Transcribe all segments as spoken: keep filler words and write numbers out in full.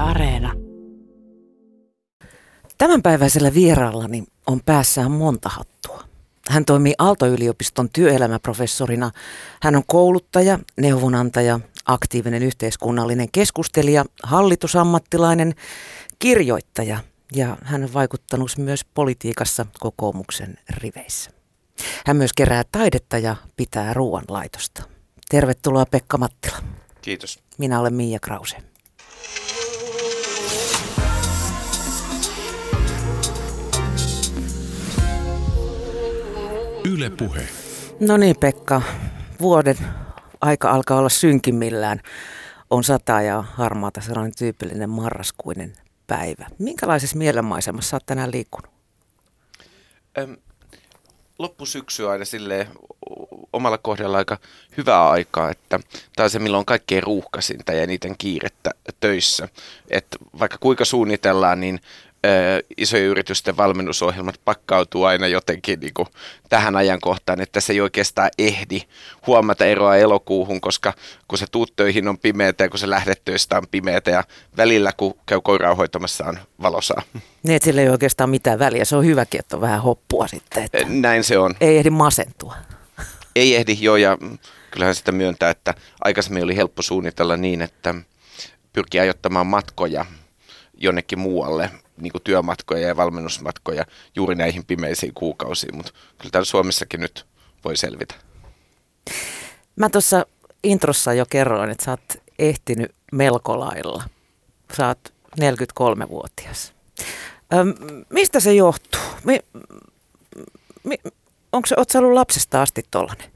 Areena. Tämänpäiväisellä vieraallani on päässään monta hattua. Hän toimii Aalto-yliopiston työelämäprofessorina. Hän on kouluttaja, neuvonantaja, aktiivinen yhteiskunnallinen keskustelija, hallitusammattilainen, kirjoittaja ja hän on vaikuttanut myös politiikassa kokoomuksen riveissä. Hän myös kerää taidetta ja pitää ruoanlaitosta. Tervetuloa Pekka Mattila. Kiitos. Minä olen Miia Krause. Yle Puhe. No niin Pekka, vuoden aika alkaa olla synkimmillään. On sataa ja harmaata, sellainen tyypillinen marraskuinen päivä. Minkälaisessa mielenmaisemassa olet tänään liikkunut? Öm, loppusyksyä aina silleen omalla kohdalla aika hyvää aikaa, että tämä on se, milloin on kaikkein ruuhkaisinta ja eniten kiirettä töissä. Että vaikka kuinka suunnitellaan, niin isojen yritysten valmennusohjelmat pakkautuu aina jotenkin niin kuin tähän ajankohtaan, että se ei oikeastaan ehdi huomata eroa elokuuhun, koska kun se tuut töihin on pimeätä ja kun se lähdet töistä on pimeätä ja välillä kun käy koiraa hoitamassa on valosaa. Niin, että sillä ei oikeastaan mitään väliä. Se on hyväkin, että on vähän hoppua sitten. Että näin se on. Ei ehdi masentua. Ei ehdi, joo, ja kyllähän sitä myöntää, että aikaisemmin oli helppo suunnitella niin, että pyrkii ajoittamaan matkoja jonnekin muualle, niin kuin työmatkoja ja valmennusmatkoja juuri näihin pimeisiin kuukausiin, mutta kyllä täällä Suomessakin nyt voi selvitä. Mä tuossa introssa jo kerroin, että sä oot ehtinyt melko lailla. Sä oot neljäkymmentäkolmevuotias. Öm, mistä se johtuu? Mi, mi, onko se, oot sä ollut lapsesta asti tollainen?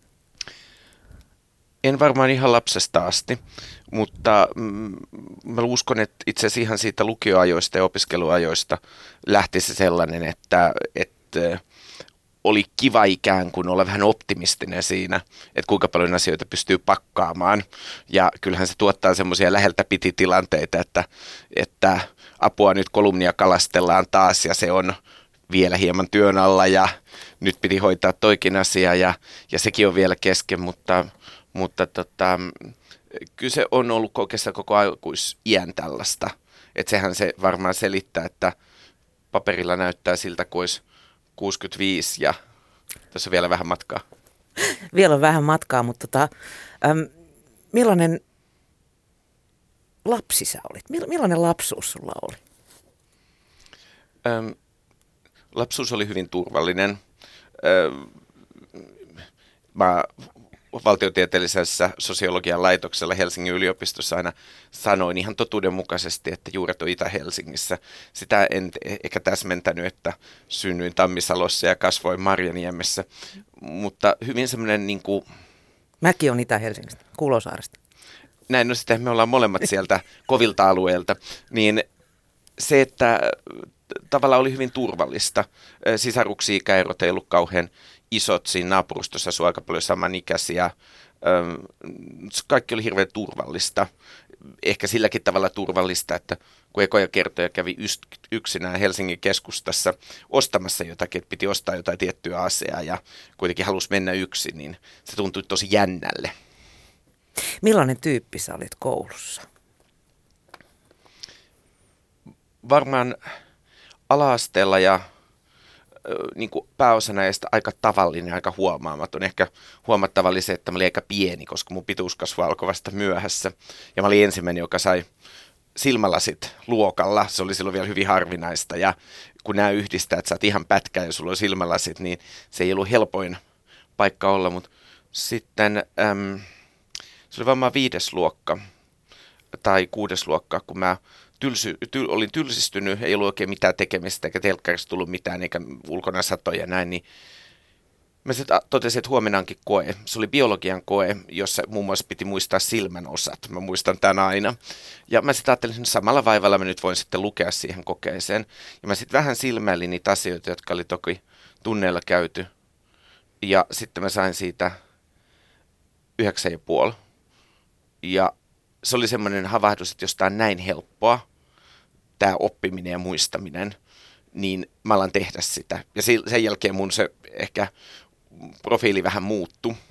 En varmaan ihan lapsesta asti, mutta mm, mä uskon, että itse asiassa ihan siitä lukioajoista ja opiskeluajoista lähti se sellainen, että, että oli kiva ikään kuin olla vähän optimistinen siinä, että kuinka paljon asioita pystyy pakkaamaan. Ja kyllähän se tuottaa semmoisia läheltä piti tilanteita, että, että apua nyt kolumnia kalastellaan taas ja se on vielä hieman työn alla ja nyt piti hoitaa toikin asia ja, ja sekin on vielä kesken, mutta Mutta tota, kyllä se on ollut oikeastaan koko aikuisiän tällaista. Että sehän se varmaan selittää, että paperilla näyttää siltä kuin olisi kuusikymmentäviisi ja tässä on vielä vähän matkaa. Vielä on vähän matkaa, mutta tota, äm, millainen lapsi sä olit? Millainen lapsuus sulla oli? Äm, lapsuus oli hyvin turvallinen. Äm, mä valtiotieteellisessä sosiologian laitoksella Helsingin yliopistossa aina sanoin ihan totuudenmukaisesti, että juuret on Itä-Helsingissä. Sitä en ehkä täsmentänyt, että synnyin Tammisalossa ja kasvoin Marjaniemessä, mutta hyvin semmoinen niin kuin... Mäkin on Itä-Helsingistä, Kulosaaresta. Näin, no sitä me ollaan molemmat sieltä kovilta alueelta, niin se, että tavallaan oli hyvin turvallista. Sisaruksia ikäerot ei ollut kauhean isot, siinä naapurustossa asui aika paljon samanikäisiä. Kaikki oli hirveän turvallista. Ehkä silläkin tavalla turvallista, että kun ekoja kertoja kävi yksinään Helsingin keskustassa ostamassa jotakin, että piti ostaa jotain tiettyä asiaa ja kuitenkin halusi mennä yksin, niin se tuntui tosi jännälle. Millainen tyyppi sä olit koulussa? Varmaan ala-asteella ja niin kuin pääosa näistä aika tavallinen, aika huomaamaton. Ehkä huomattava oli se, että mä olin aika pieni, koska mun pituuskasvu alkoi vasta myöhässä. Ja mä olin ensimmäinen, joka sai silmälasit luokalla. Se oli silloin vielä hyvin harvinaista. Ja kun nämä yhdistää, että sä oot ihan pätkä ja sulla on silmälasit, niin se ei ollut helpoin paikka olla. Mutta sitten äm, se oli varmaan viides luokka tai kuudes luokka, kun mä Tylsy, ty, olin tylsistynyt, ei ollut oikein mitään tekemistä, eikä telkkarista tullut mitään, eikä ulkona satoja ja näin, niin mä sitten totesin, että huomenna onkin koe. Se oli biologian koe, jossa muun muassa piti muistaa silmän osat. Mä muistan tämän aina. Ja mä sitten ajattelin, että samalla vaivalla mä nyt voin sitten lukea siihen kokeeseen. Ja mä sitten vähän silmäilin niitä asioita, jotka oli toki tunneilla käyty. Ja sitten mä sain siitä yhdeksän ja puoli. Ja se oli semmoinen havahdus, että jos tämä on näin helppoa, tämä oppiminen ja muistaminen, niin mä alan tehdä sitä. Ja sen jälkeen mun se ehkä profiili vähän muuttui,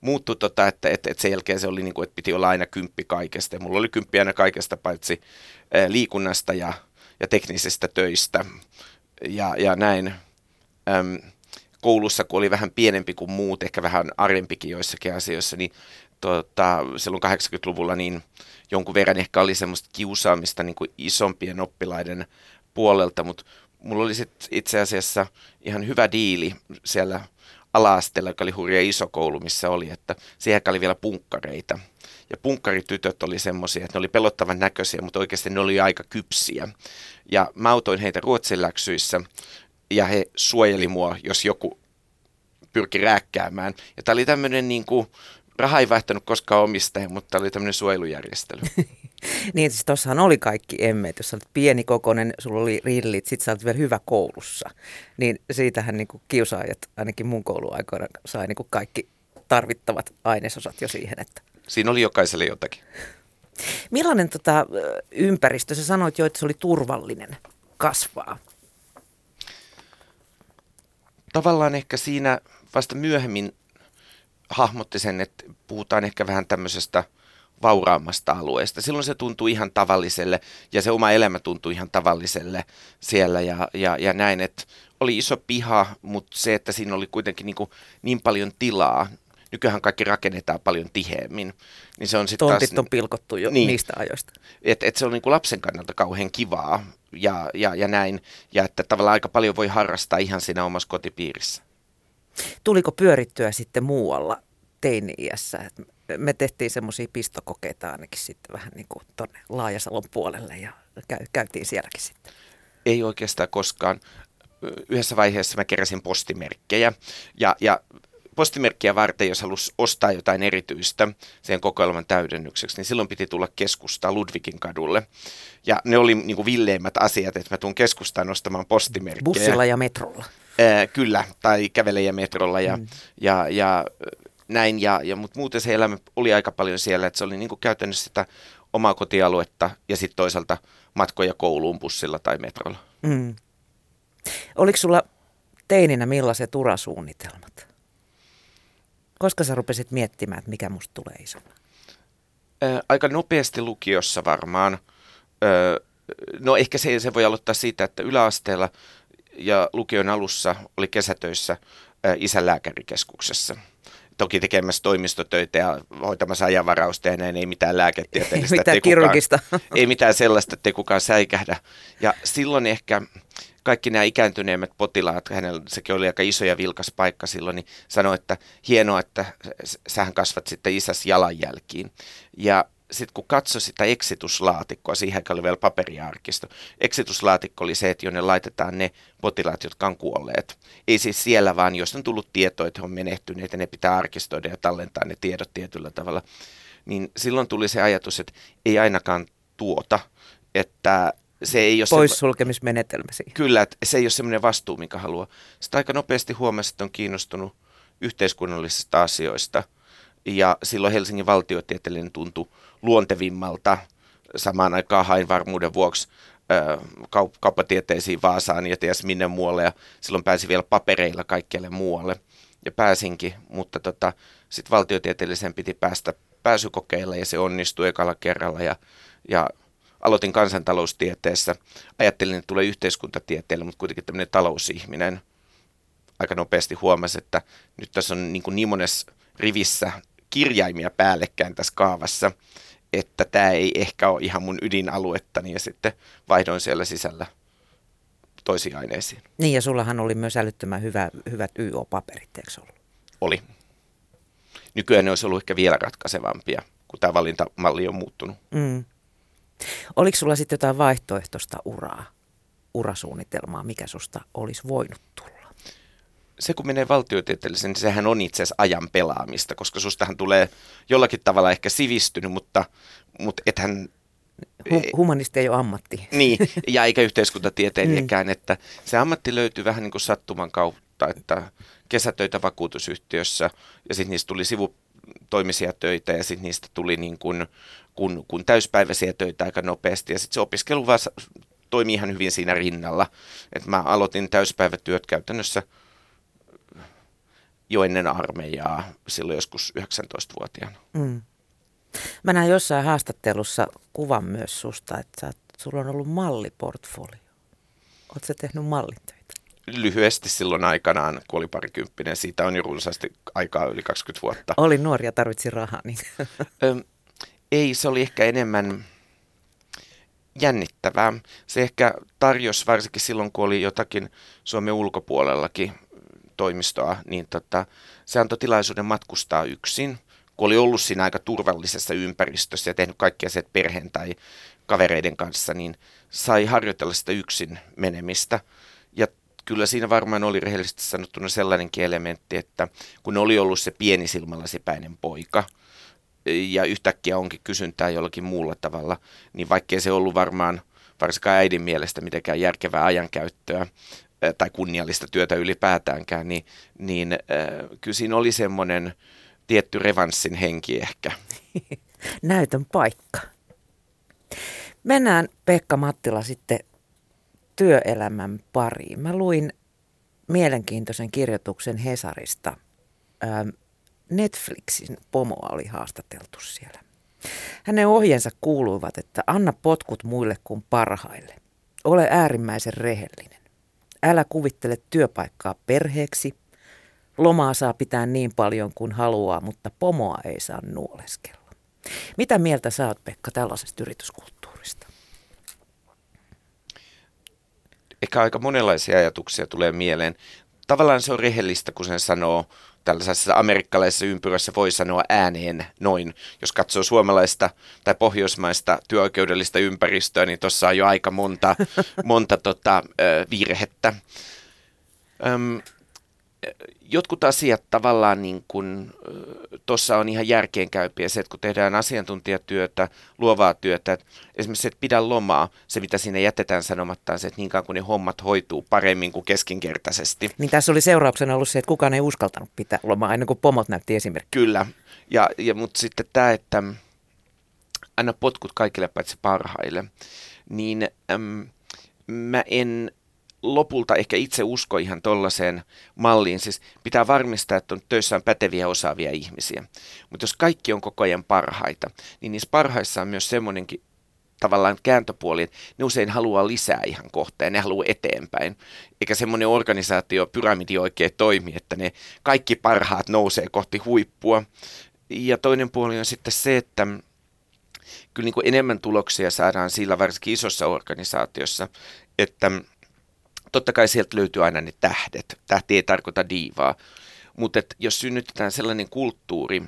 muuttui, tota, että, että, että sen jälkeen se oli niin kuin, että piti olla aina kymppi kaikesta. Ja mulla oli kymppi aina kaikesta paitsi ää, liikunnasta ja, ja teknisistä töistä ja, ja näin. Äm, koulussa, kun oli vähän pienempi kuin muut, ehkä vähän arempikin joissakin asioissa, niin tota, silloin kahdeksankymmentäluvulla niin jonkun verran ehkä oli semmoista kiusaamista niin kuin isompien oppilaiden puolelta, mutta mulla oli sit itse asiassa ihan hyvä diili siellä ala-asteella, joka oli hurja iso koulu, missä oli, että siihen oli vielä punkkareita. Ja punkkaritytöt oli semmoisia, että ne oli pelottavan näköisiä, mutta oikeasti ne oli aika kypsiä. Ja mä autoin heitä ruotsinläksyissä ja he suojeli mua, jos joku pyrki rääkkäämään. Ja tämä oli tämmöinen niin kuin, raha ei vaihtanut koskaan omistaja, mutta tämä oli tämmöinen suojelujärjestely. Niin, siis tossahan oli kaikki emmeet. Jos sä olet pienikokoinen, sulla oli rillit, sit sä olet vielä hyvä koulussa. Niin siitähän niin kuin kiusaajat, ainakin mun kouluaikoina, sai niin kuin kaikki tarvittavat ainesosat jo siihen. Että. Siinä oli jokaiselle jotakin. Millainen tota, ympäristö? Sä sanoit jo, että se oli turvallinen kasvaa. Tavallaan ehkä siinä vasta myöhemmin hahmotti sen, että puhutaan ehkä vähän tämmöisestä vauraammasta alueesta. Silloin se tuntui ihan tavalliselle ja se oma elämä tuntui ihan tavalliselle siellä ja, ja, ja näin, että oli iso piha, mutta se, että siinä oli kuitenkin niin, kuin niin paljon tilaa. Nykyään kaikki rakennetaan paljon tiheemmin. Niin se on sit Tontit taas, on pilkottu jo niin, niistä ajoista. Että et se on niin kuin lapsen kannalta kauhean kivaa ja, ja, ja näin. Ja että tavallaan aika paljon voi harrastaa ihan siinä omassa kotipiirissä. Tuliko pyörittyä sitten muualla teini-iässä? Me tehtiin semmoisia pistokokeita ainakin sitten vähän niin kuin tuonne Laajasalon puolelle ja käy, käytiin sielläkin sitten. Ei oikeastaan koskaan. Yhdessä vaiheessa mä keräsin postimerkkejä ja, ja postimerkkiä varten, jos halusi ostaa jotain erityistä sen kokoelman täydennykseksi, niin silloin piti tulla keskustaan Ludvikin kadulle. Ja ne oli niin kuin villeimmät asiat, että mä tuun keskustaan ostamaan postimerkkejä. Bussilla ja metrolla. Ää, kyllä, tai kävelen ja metrolla ja, mm. ja, ja näin. Ja, ja, mutta muuten se elämä oli aika paljon siellä, että se oli niin kuin käytännössä sitä omaa kotialuetta ja sitten toisaalta matkoja kouluun bussilla tai metrolla. Mm. Oliko sulla teininä millaiset urasuunnitelmat? Koska sä rupesit miettimään, että mikä musta tulee isona? Ää, aika nopeasti lukiossa varmaan. Öö, no ehkä se, se voi aloittaa siitä, että yläasteella ja lukion alussa oli kesätöissä ää, isän lääkärikeskuksessa. Toki tekemässä toimistotöitä ja hoitamassa ajanvarausta ja näin, ei mitään lääketieteellistä. Ei mitään kirurgista. Kukaan, ei mitään sellaista, ettei kukaan säikähdä. Ja silloin ehkä kaikki nämä ikääntyneemmät potilaat, hänellä sekin oli aika iso ja vilkas paikka silloin, niin sanoi, että hienoa, että sähän kasvat sitten isäs jalanjälkiin. Ja sitten kun katsoi sitä eksituslaatikkoa, siihen oli vielä paperiarkisto. Eksituslaatikko oli se, että jonne laitetaan ne potilaat, jotka on kuolleet. Ei siis siellä, vaan jos on tullut tietoa, että he on menehtyneet ja ne pitää arkistoida ja tallentaa ne tiedot tietyllä tavalla. Niin silloin tuli se ajatus, että ei ainakaan tuota, että se ei ole poissulkemismenetelmä siihen. Kyllä, että se ei ole semmoinen vastuu, minkä haluaa. Sitten aika nopeasti huomasi, että on kiinnostunut yhteiskunnallisista asioista. Ja silloin Helsingin valtiotieteellinen tuntui luontevimmalta. Samaan aikaan hain varmuuden vuoksi ö, kaup- kauppatieteisiin Vaasaan ja ties minne muualle. Ja silloin pääsi vielä papereilla kaikkialle muualle. Ja pääsinkin, mutta tota, sitten valtiotieteellisen piti päästä pääsykokeilla ja se onnistui ekalla kerralla. Ja, ja aloitin kansantaloustieteessä. Ajattelin, että tulee yhteiskuntatieteelle, mutta kuitenkin tämmöinen talousihminen. Aika nopeasti huomasi, että nyt tässä on niin, kuin niin monessa rivissä kirjaimia päällekkäin tässä kaavassa, että tämä ei ehkä ole ihan mun ydinaluettani ja sitten vaihdoin siellä sisällä toisiin aineisiin. Niin ja sullahan oli myös älyttömän hyvä, hyvät Y O-paperit, eikö ollut? Oli. Nykyään ne olisi ollut ehkä vielä ratkaisevampia, kun tämä valintamalli on muuttunut. Mm. Oliko sulla sitten jotain vaihtoehtoista uraa, urasuunnitelmaa, mikä susta olisi voinut tulla? Se kun menee valtiotieteellisen, niin sehän on itse asiassa ajan pelaamista, koska sustahan tulee jollakin tavalla ehkä sivistynyt, mutta, mutta ethän... Hu- humanisti ei ole ammatti. Niin, ja eikä yhteiskuntatieteilijäkään, että se ammatti löytyy vähän niin kuin sattuman kautta, että kesätöitä vakuutusyhtiössä ja sitten niistä tuli sivutoimisia töitä ja sitten niistä tuli niin kuin, kun, kun täyspäiväisiä töitä aika nopeasti ja sitten se opiskelu vaan toimi ihan hyvin siinä rinnalla, että mä aloitin täyspäivätyöt käytännössä jo ennen armeijaa, silloin joskus yhdeksäntoistavuotiaana. Mm. Mä näin jossain haastattelussa kuvan myös susta, että sä, sulla on ollut malliportfolio. Oletko sä tehnyt mallitöitä? Lyhyesti silloin aikanaan, kun oli parikymppinen. Siitä on jo runsaasti aikaa, yli kaksikymmentä vuotta. Oli nuori ja tarvitsi rahaa. Niin. Ö, ei, se oli ehkä enemmän jännittävää. Se ehkä tarjosi, varsinkin silloin, kun oli jotakin Suomen ulkopuolellakin toimistoa, niin tota, se antoi tilaisuuden matkustaa yksin, kun oli ollut siinä aika turvallisessa ympäristössä ja tehnyt kaikkia asiat perheen tai kavereiden kanssa, niin sai harjoitella sitä yksin menemistä. Ja kyllä siinä varmaan oli rehellisesti sanottuna sellainenkin elementti, että kun oli ollut se pieni silmälasipäinen poika ja yhtäkkiä onkin kysyntää jollakin muulla tavalla, niin vaikkei se ollut varmaan varsinkaan äidin mielestä mitenkään järkevää ajankäyttöä tai kunniallista työtä ylipäätäänkään, niin, niin äh, kyllä siinä oli semmoinen tietty revanssin henki ehkä. Näytön paikka. Mennään Pekka Mattila sitten työelämän pariin. Mä luin mielenkiintoisen kirjoituksen Hesarista. Ähm, Netflixin pomoa oli haastateltu siellä. Hänen ohjeensa kuuluivat, että anna potkut muille kuin parhaille. Ole äärimmäisen rehellinen. Älä kuvittele työpaikkaa perheeksi. Lomaa saa pitää niin paljon kuin haluaa, mutta pomoa ei saa nuoleskella. Mitä mieltä sä oot, Pekka, tällaisesta yrityskulttuurista? Ehkä aika monenlaisia ajatuksia tulee mieleen. Tavallaan se on rehellistä, kun sen sanoo tällaisessa amerikkalaisessa ympyrässä, voi sanoa ääneen noin. Jos katsoo suomalaista tai pohjoismaista työoikeudellista ympäristöä, niin tuossa on jo aika monta, monta tota, virhettä. Öm, Jotkut asiat tavallaan niin kuin tuossa on ihan järkeenkäypiä se, että kun tehdään asiantuntijatyötä, luovaa työtä, että esimerkiksi se, että pidä lomaa, se mitä siinä jätetään sanomatta on se, että niin kauan kun ne hommat hoituu paremmin kuin keskinkertaisesti. Niin tässä oli seurauksena ollut se, että kukaan ei uskaltanut pitää lomaa ennen kuin pomot näytti esimerkkiä. Kyllä, ja, ja, mutta sitten tämä, että anna potkut kaikille paitsi parhaille, niin äm, mä en lopulta ehkä itse usko ihan tollaiseen malliin. Siis pitää varmistaa, että on töissä on päteviä osaavia ihmisiä. Mutta jos kaikki on koko ajan parhaita, niin niissä parhaissa on myös semmoinenkin tavallaan kääntöpuoli, että ne usein haluaa lisää ihan kohta ja ne haluaa eteenpäin. Eikä semmoinen organisaatio, pyramidi oikein toimi, että ne kaikki parhaat nousee kohti huippua. Ja toinen puoli on sitten se, että kyllä niin kuin enemmän tuloksia saadaan sillä varsinkin isossa organisaatiossa, että totta kai sieltä löytyy aina ne tähdet. Tähti ei tarkoita diivaa. Mutta jos synnytetään sellainen kulttuuri,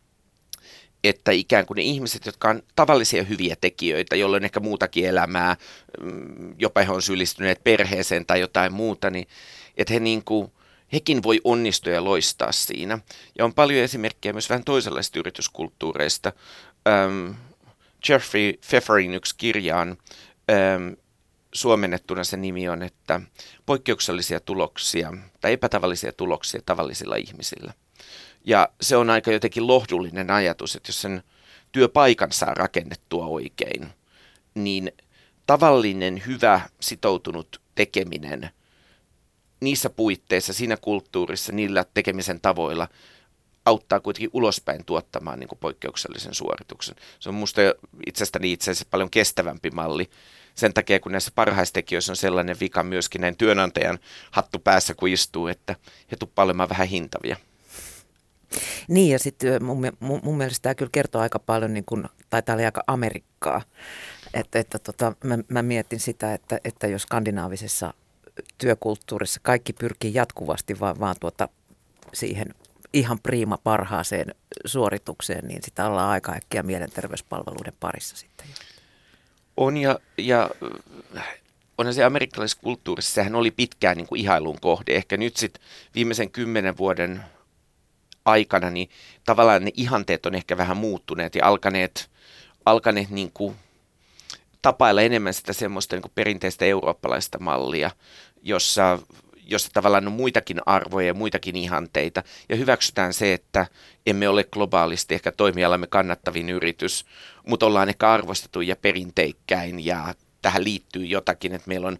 että ikään kuin ne ihmiset, jotka on tavallisia hyviä tekijöitä, joilla on ehkä muutakin elämää, jopa he on syyllistyneet perheeseen tai jotain muuta, niin että he niin kuin, hekin voi onnistua ja loistaa siinä. Ja on paljon esimerkkejä myös vähän toisenlaisista yrityskulttuureista. Ähm, Jeffrey Pfefferin yksi kirja on ähm, suomennettuna se nimi on, että poikkeuksellisia tuloksia tai epätavallisia tuloksia tavallisilla ihmisillä. Ja se on aika jotenkin lohdullinen ajatus, että jos sen työpaikan saa rakennettua oikein, niin tavallinen, hyvä, sitoutunut tekeminen niissä puitteissa, siinä kulttuurissa, niillä tekemisen tavoilla auttaa kuitenkin ulospäin tuottamaan niin kuin poikkeuksellisen suorituksen. Se on musta itsestäni itse asiassa paljon kestävämpi malli. Sen takia, kun näissä parhaistekijöissä on sellainen vika myöskin näin työnantajan hattu päässä, kun istuu, että he tuppaa olemaan vähän hintavia. Niin, ja sitten mun, mun, mun mielestä tämä kyllä kertoo aika paljon, niin kun, tai tämä oli aika Amerikkaa. Että, että tota, mä, mä mietin sitä, että, että jos skandinaavisessa työkulttuurissa kaikki pyrkii jatkuvasti vaan, vaan tuota, siihen ihan priima parhaaseen suoritukseen, niin sitä ollaan aika äkkiä mielenterveyspalveluiden parissa sitten. On ja, ja onhan se amerikkalaisessa kulttuurissa, sehän oli pitkään niin kuin ihailun kohde. Ehkä nyt sitten viimeisen kymmenen vuoden aikana, niin tavallaan ne ihanteet on ehkä vähän muuttuneet ja alkaneet, alkaneet niin kuin tapailla enemmän sitä semmoista niin kuin perinteistä eurooppalaista mallia, jossa, jossa tavallaan on muitakin arvoja ja muitakin ihanteita. Ja hyväksytään se, että emme ole globaalisti ehkä toimialamme kannattavin yritys, mutta ollaan ehkä arvostettu ja perinteikkäin ja tähän liittyy jotakin, että meillä on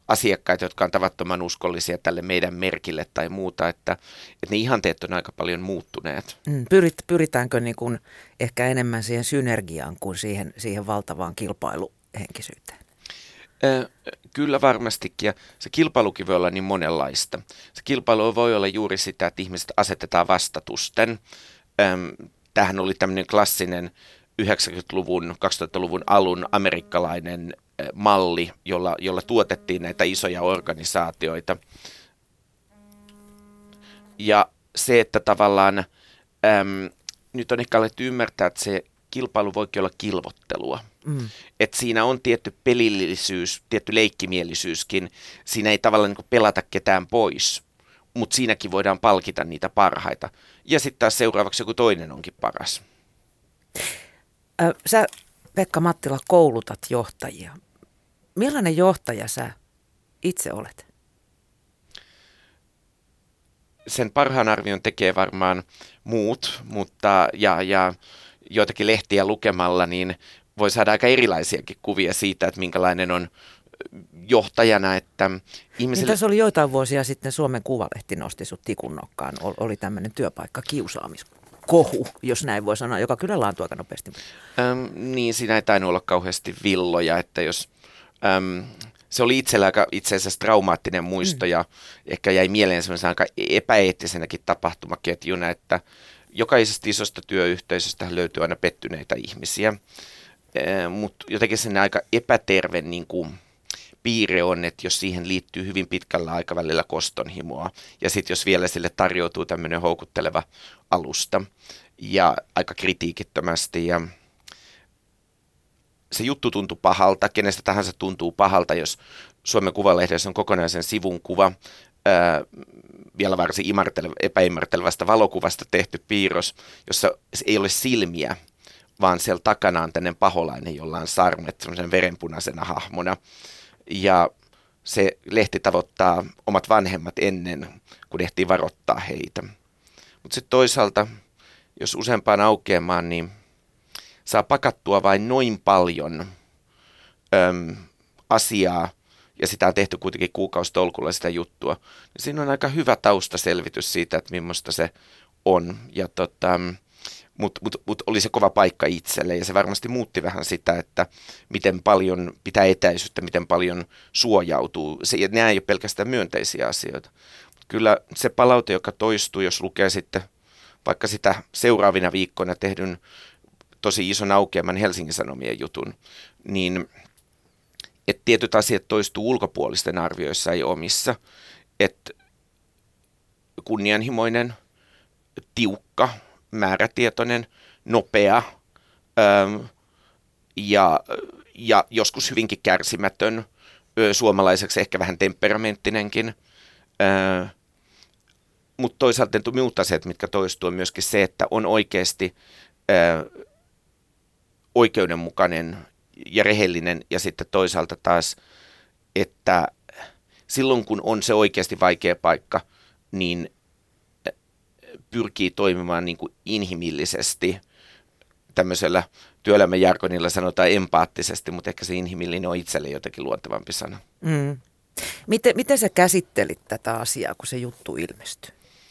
asiakkaita, jotka on tavattoman uskollisia tälle meidän merkille tai muuta, että, että ne ihanteet on aika paljon muuttuneet. Mm, pyrit, pyritäänkö niin kuin ehkä enemmän siihen synergiaan kuin siihen, siihen valtavaan kilpailuhenkisyyteen? Kyllä varmastikin, ja se kilpailukin voi olla niin monenlaista. Se kilpailu voi olla juuri sitä, että ihmiset asetetaan vastatusten. Tämähän oli tämmöinen klassinen yhdeksänkymmentäluvun, kaksituhattaluvun alun amerikkalainen malli, jolla, jolla tuotettiin näitä isoja organisaatioita. Ja se, että tavallaan äm, nyt on ehkä alettu ymmärtää, että se kilpailu voikin olla kilvottelua. Mm. Että siinä on tietty pelillisyys, tietty leikkimielisyyskin. Siinä ei tavallaan niin kuin pelata ketään pois, mutta siinäkin voidaan palkita niitä parhaita. Ja sitten taas seuraavaksi joku toinen onkin paras. Ö, sä, Pekka Mattila, koulutat johtajia. Millainen johtaja sä itse olet? Sen parhaan arvion tekee varmaan muut, mutta ja, ja joitakin lehtiä lukemalla, niin voi saada aika erilaisiakin kuvia siitä, että minkälainen on johtajana. Että ihmiselle... niin tässä oli joitain vuosia sitten Suomen Kuvalehti nosti sut tikun nokkaan. Oli tämmöinen työpaikka kiusaamiskohu, jos näin voi sanoa, joka kyllä laantui aika nopeasti. Öm, niin, siinä ei tainnut olla kauheasti villoja, että jos... Öm, se oli itsellä aika itse asiassa traumaattinen muisto mm. ja ehkä jäi mieleen semmoisen aika epäeettisenäkin tapahtumaketjuna, että jokaisesta isosta työyhteisöstä löytyy aina pettyneitä ihmisiä, e, mutta jotenkin sen aika epäterve niin kuin, piirre on, että jos siihen liittyy hyvin pitkällä aikavälillä kostonhimoa ja sitten jos vielä sille tarjoutuu tämmöinen houkutteleva alusta ja aika kritiikittömästi ja se juttu tuntui pahalta, kenestä tahansa tuntuu pahalta, jos Suomen Kuvalehdessä on kokonaisen sivun kuva, ää, vielä varsin imarteleva, epäimartelevasta valokuvasta tehty piirros, jossa ei ole silmiä, vaan siellä takana on tämmöinen paholainen, jolla on sarmet semmoisen verenpunaisena hahmona. Ja se lehti tavoittaa omat vanhemmat ennen, kun ehtii varoittaa heitä. Mutta sitten toisaalta, jos useampaan aukeamaan, niin saa pakattua vain noin paljon äm, asiaa, ja sitä on tehty kuitenkin kuukausitolkulla sitä juttua, niin siinä on aika hyvä taustaselvitys siitä, että millaista se on. Ja tota, Mutta mut, mut oli se kova paikka itselle, ja se varmasti muutti vähän sitä, että miten paljon pitää etäisyyttä, miten paljon suojautuu. Se, ja nämä ei ole pelkästään myönteisiä asioita. Kyllä se palaute, joka toistuu, jos lukee sitten vaikka sitä seuraavina viikkoina tehdyn tosi ison aukeaman Helsingin Sanomien jutun, niin että tietyt asiat toistuu ulkopuolisten arvioissa ei omissa. Että kunnianhimoinen, tiukka, määrätietoinen, nopea ähm, ja, ja joskus hyvinkin kärsimätön, ö, suomalaiseksi ehkä vähän temperamenttinenkin. Äh, mutta toisaalta muut asiat, mitkä toistuu, on myöskin se, että on oikeasti äh, oikeudenmukainen ja rehellinen, ja sitten toisaalta taas, että silloin kun on se oikeasti vaikea paikka, niin pyrkii toimimaan niin kuin inhimillisesti, tämmöisellä työelämän jargonilla sanotaan empaattisesti, mutta ehkä se inhimillinen on itselle jotenkin luontevampi sana. Mm. Miten, miten sä käsittelit tätä asiaa, kun se juttu ilmestyi?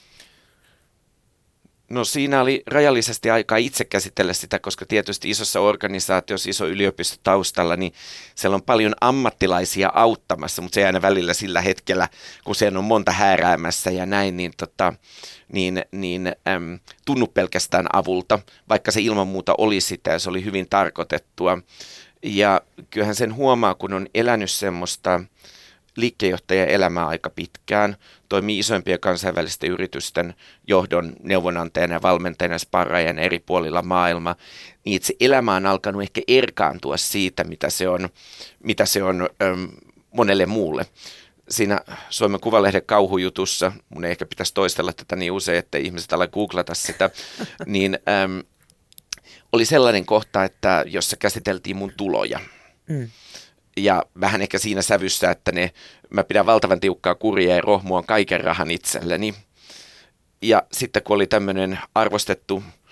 No siinä oli rajallisesti aikaa itse käsitellä sitä, koska tietysti isossa organisaatiossa, iso yliopisto taustalla, niin siellä on paljon ammattilaisia auttamassa, mutta se ei aina välillä sillä hetkellä, kun siellä on monta hääräämässä ja näin, niin, tota, niin, niin äm, tunnu pelkästään avulta, vaikka se ilman muuta oli sitä ja se oli hyvin tarkoitettua. Ja kyllähän sen huomaa, kun on elänyt semmoista liikkeenjohtajan elämää aika pitkään, toimii isoimpien kansainvälisten yritysten johdon neuvonantajana ja valmentajana, sparraajana eri puolilla maailmaa, niin se elämä on alkanut ehkä erkaantua siitä, mitä se on, mitä se on äm, monelle muulle. Siinä Suomen Kuvalehden kauhujutussa, mun ei ehkä pitäisi toistella tätä niin usein, että ihmiset ala googlata sitä, niin äm, oli sellainen kohta, että jossa käsiteltiin mun tuloja. Mm. Ja vähän ehkä siinä sävyssä, että ne, mä pidän valtavan tiukkaa kuria ja rohmuan kaiken rahan itselleni. Ja sitten kun oli tämmöinen arvostettu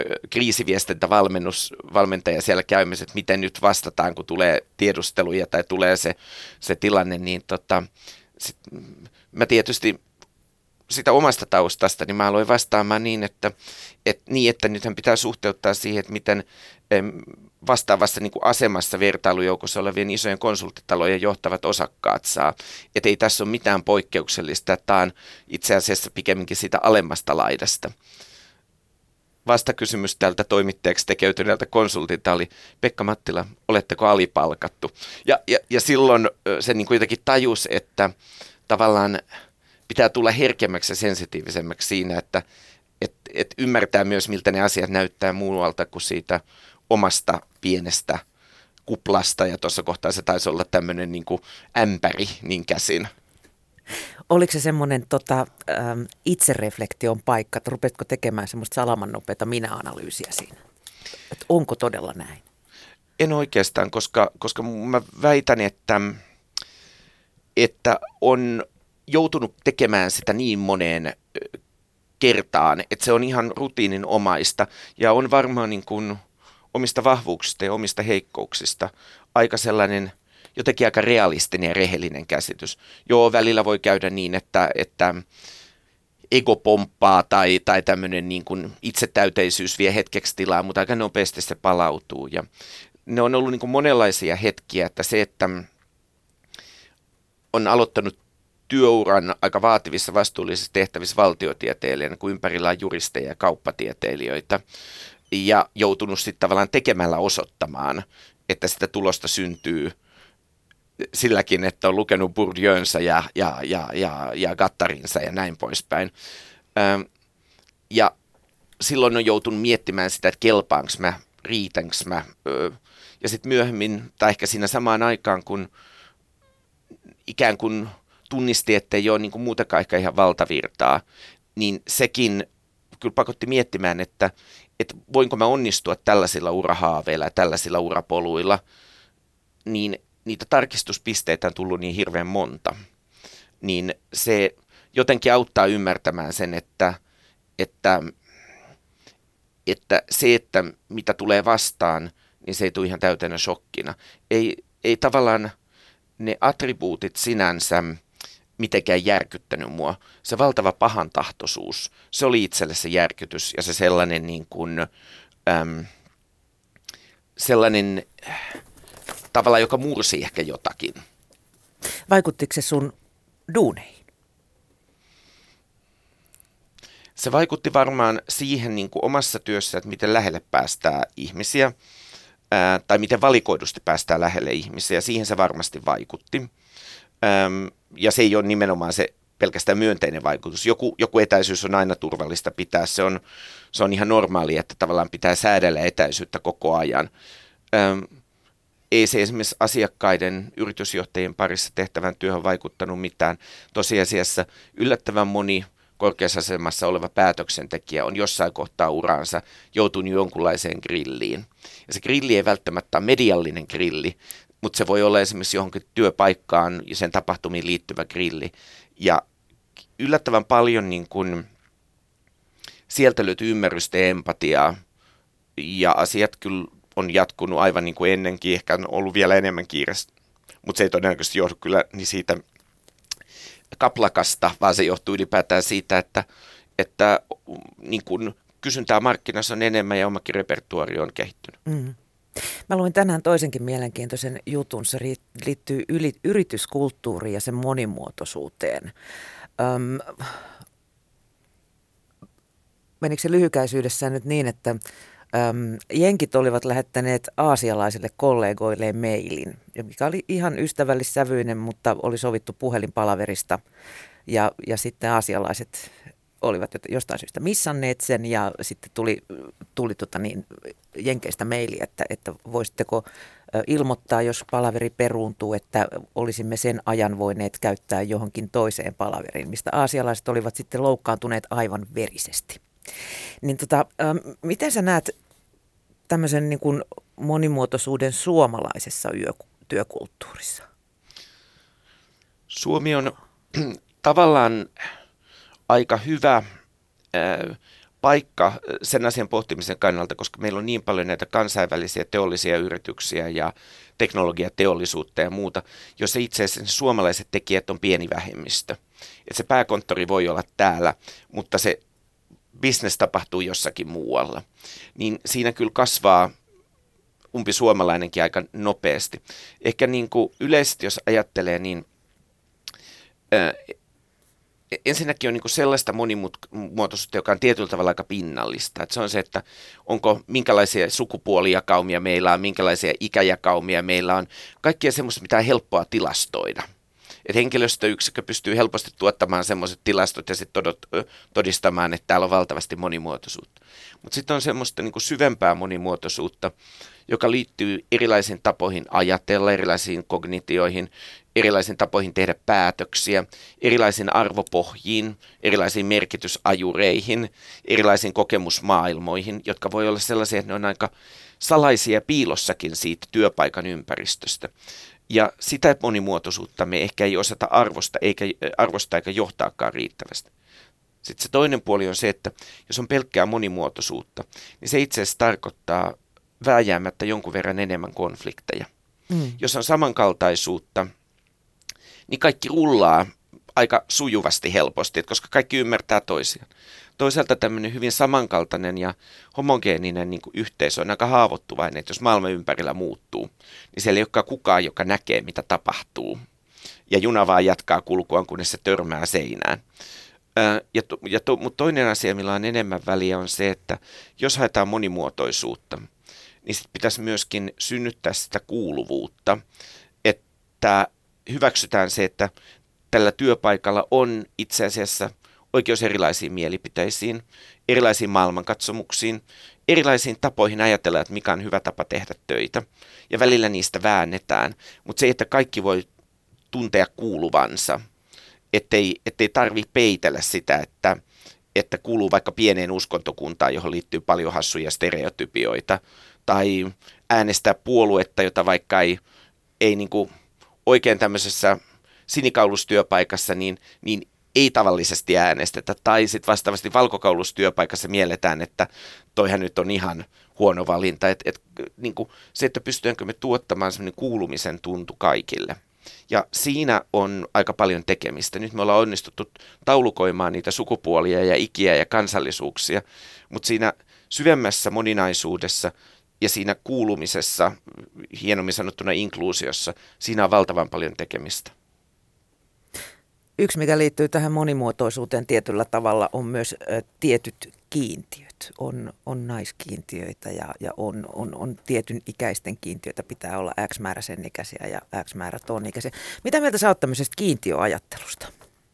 kriisiviestintävalmentaja siellä käymässä, että miten nyt vastataan, kun tulee tiedusteluja tai tulee se, se tilanne, niin tota, sit, mä tietysti sitä omasta taustasta, niin mä aloin vastaamaan niin, että, et, niin, että nythän pitää suhteuttaa siihen, että miten vastaavassa niin kuin asemassa vertailujoukossa olevien isojen konsulttitalojen johtavat osakkaat saa. Että ei tässä ole mitään poikkeuksellista, että tämä on itse asiassa pikemminkin sitä alemmasta laidasta. Vastakysymys tältä toimittajaksi tekeytyneeltä konsultilta oli: Pekka Mattila, oletteko alipalkattu? Ja, ja, ja silloin se niin kuin jotenkin tajus, että tavallaan pitää tulla herkemmäksi ja sensitiivisemmäksi siinä, että et, et ymmärtää myös, miltä ne asiat näyttää muualta kuin siitä omasta pienestä kuplasta. Ja tuossa kohtaa se taisi olla tämmöinen niin kuin ämpäri niin käsin. Oliko se semmoinen tota, ähm, itsereflektion paikka, että rupetko tekemään semmoista salamannopeata minä-analyysiä siinä? Että onko todella näin? En oikeastaan, koska, koska mä väitän, että, että on joutunut tekemään sitä niin moneen kertaan, että se on ihan rutiininomaista ja on varmaan niin kuin omista vahvuuksista ja omista heikkouksista aika sellainen jotenkin aika realistinen ja rehellinen käsitys. Joo, välillä voi käydä niin, että, että ego pomppaa tai, tai tämmöinen niin kuin itsetäyteisyys vie hetkeksi tilaa, mutta aika nopeasti se palautuu. Ja ne on ollut niin kuin monenlaisia hetkiä, että se, että on aloittanut työuran aika vaativissa vastuullisissa tehtävissä valtiotieteilijänä, kun ympärillä on juristeja ja kauppatieteilijöitä, ja joutunut sitten tavallaan tekemällä osoittamaan, että sitä tulosta syntyy silläkin, että on lukenut Bourdieu'nsa ja, ja, ja, ja, ja Gattarinsa ja näin poispäin. Ähm, ja silloin on joutunut miettimään sitä, että kelpaanko mä, riitänkö mä. Öö, ja sitten myöhemmin, tai ehkä siinä samaan aikaan, kun ikään kuin tunnisti, että ei ole niin kuin muutakaan ehkä ihan valtavirtaa, niin sekin kyllä pakotti miettimään, että, että voinko mä onnistua tällaisilla urahaaveilla ja tällaisilla urapoluilla, niin niitä tarkistuspisteitä on tullut niin hirveän monta. Niin se jotenkin auttaa ymmärtämään sen, että, että, että se, että mitä tulee vastaan, niin se ei tule ihan täytenä shokkina. Ei, ei tavallaan ne attribuutit sinänsä mitenkään järkyttänyt mua. Se valtava pahantahtoisuus, se oli itselle se järkytys ja se sellainen niin kuin, äm, sellainen tavalla, joka mursi ehkä jotakin. Vaikuttiko se sun duuneihin? Se vaikutti varmaan siihen niin kuin omassa työssä, että miten lähelle päästään ihmisiä ää, tai miten valikoidusti päästään lähelle ihmisiä. Siihen se varmasti vaikutti. Ähm, ja se ei ole nimenomaan se pelkästään myönteinen vaikutus. Joku, joku etäisyys on aina turvallista pitää. Se on, se on ihan normaali, että tavallaan pitää säädellä etäisyyttä koko ajan. Ähm, ei se esimerkiksi asiakkaiden, yritysjohtajien parissa tehtävän työhön vaikuttanut mitään. Tosiasiassa yllättävän moni korkeassa asemassa oleva päätöksentekijä on jossain kohtaa uraansa joutunut jonkunlaiseen grilliin. Ja se grilli ei välttämättä ole mediallinen grilli, mutta se voi olla esimerkiksi johonkin työpaikkaan ja sen tapahtumiin liittyvä grilli. Ja yllättävän paljon niin kun sieltä löytyy ymmärrystä ja empatiaa. Ja asiat kyllä on jatkunut aivan niin kuin ennenkin, ehkä on ollut vielä enemmän kiireistä. Mutta se ei todennäköisesti johdu kyllä niin siitä kaplakasta, vaan se johtuu ylipäätään siitä, että, että niin kun kysyntää markkinassa on enemmän ja omakin repertuaari on kehittynyt. Mm. Mä luin tänään toisenkin mielenkiintoisen jutun. Se liittyy yli, yrityskulttuuriin ja sen monimuotoisuuteen. Öm, menikö se lyhykäisyydessään nyt niin, että öm, jenkit olivat lähettäneet aasialaisille kollegoilleen mailin, mikä oli ihan ystävällissävyinen, mutta oli sovittu puhelinpalaverista ja, ja sitten aasialaiset olivat jostain syystä missanneet sen ja sitten tuli, tuli tota niin, jenkeistä maili, että, että voisitteko ilmoittaa, jos palaveri peruuntuu, että olisimme sen ajan voineet käyttää johonkin toiseen palaveriin, mistä aasialaiset olivat sitten loukkaantuneet aivan verisesti. Niin tota, miten sä näet tämmöisen niin kuin monimuotoisuuden suomalaisessa yö, työkulttuurissa? Suomi on tavallaan aika hyvä ää, paikka sen asian pohtimisen kannalta, koska meillä on niin paljon näitä kansainvälisiä teollisia yrityksiä ja teknologiateollisuutta ja muuta, jossa itse asiassa suomalaiset tekijät on pieni vähemmistö. Et se pääkonttori voi olla täällä, mutta se business tapahtuu jossakin muualla. Niin siinä kyllä kasvaa umpi suomalainenkin aika nopeasti. Ehkä niin kuin yleisesti, jos ajattelee, niin ää, ensinnäkin on niin kuin sellaista monimuotoisuutta, joka on tietyllä tavalla aika pinnallista. Että se on se, että onko minkälaisia sukupuolijakaumia meillä on, minkälaisia ikäjakaumia meillä on. Kaikkia semmoista, mitä on helppoa tilastoida. Että henkilöstöyksikkö pystyy helposti tuottamaan semmoiset tilastot ja sitten todistamaan, että täällä on valtavasti monimuotoisuutta. Mutta sitten on semmoista niin kuin syvempää monimuotoisuutta, joka liittyy erilaisiin tapoihin ajatella, erilaisiin kognitioihin, erilaisiin tapoihin tehdä päätöksiä, erilaisiin arvopohjiin, erilaisiin merkitysajureihin, erilaisiin kokemusmaailmoihin, jotka voi olla sellaisia, että ne on aika salaisia piilossakin siitä työpaikan ympäristöstä. Ja sitä monimuotoisuutta me ehkä ei osata arvosta eikä, arvostaa eikä johtaakaan riittävästi. Sitten se toinen puoli on se, että jos on pelkkää monimuotoisuutta, niin se itse asiassa tarkoittaa vääjäämättä jonkun verran enemmän konflikteja. Mm. Jos on samankaltaisuutta, niin kaikki rullaa aika sujuvasti helposti, koska kaikki ymmärtää toisiaan. Toisaalta tämmöinen hyvin samankaltainen ja homogeeninen niin kuin yhteisö on aika haavoittuvainen, että jos maailma ympärillä muuttuu, niin siellä ei olekaan kukaan, joka näkee, mitä tapahtuu. Ja juna vaan jatkaa kulkuaan, kunnes se törmää seinään. Ja to, ja to, mutta toinen asia, millä on enemmän väliä, on se, että jos haetaan monimuotoisuutta, niin sit pitäisi myöskin synnyttää sitä kuuluvuutta, että hyväksytään se, että tällä työpaikalla on itse asiassa oikeus erilaisiin mielipiteisiin, erilaisiin maailmankatsomuksiin, erilaisiin tapoihin ajatella, että mikä on hyvä tapa tehdä töitä, ja välillä niistä väännetään, mutta se, että kaikki voi tuntea kuuluvansa, ettei, ettei tarvitse peitellä sitä, että, että kuuluu vaikka pieneen uskontokuntaan, johon liittyy paljon hassuja stereotypioita, tai äänestää puoluetta, jota vaikka ei, ei niin kuin oikein tämmöisessä sinikaulustyöpaikassa, niin, niin ei tavallisesti äänestetä. Tai sitten vastaavasti valkokaulustyöpaikassa mielletään, että toihan nyt on ihan huono valinta. Et, et, niin kuin se, että pystytäänkö me tuottamaan semmoinen kuulumisen tuntu kaikille. Ja siinä on aika paljon tekemistä. Nyt me ollaan onnistuttu taulukoimaan niitä sukupuolia ja ikiä ja kansallisuuksia, mutta siinä syvemmässä moninaisuudessa ja siinä kuulumisessa, hienommin sanottuna inkluusiossa, siinä on valtavan paljon tekemistä. Yksi, mikä liittyy tähän monimuotoisuuteen tietyllä tavalla, on myös ä, tietyt kiintiöt. On, on naiskiintiöitä ja, ja on, on, on tietyn ikäisten kiintiöitä. Pitää olla X määrä sen ikäisiä ja X määrä ton ikäisiä. Mitä mieltä sä oot tämmöisestä kiintiöajattelusta?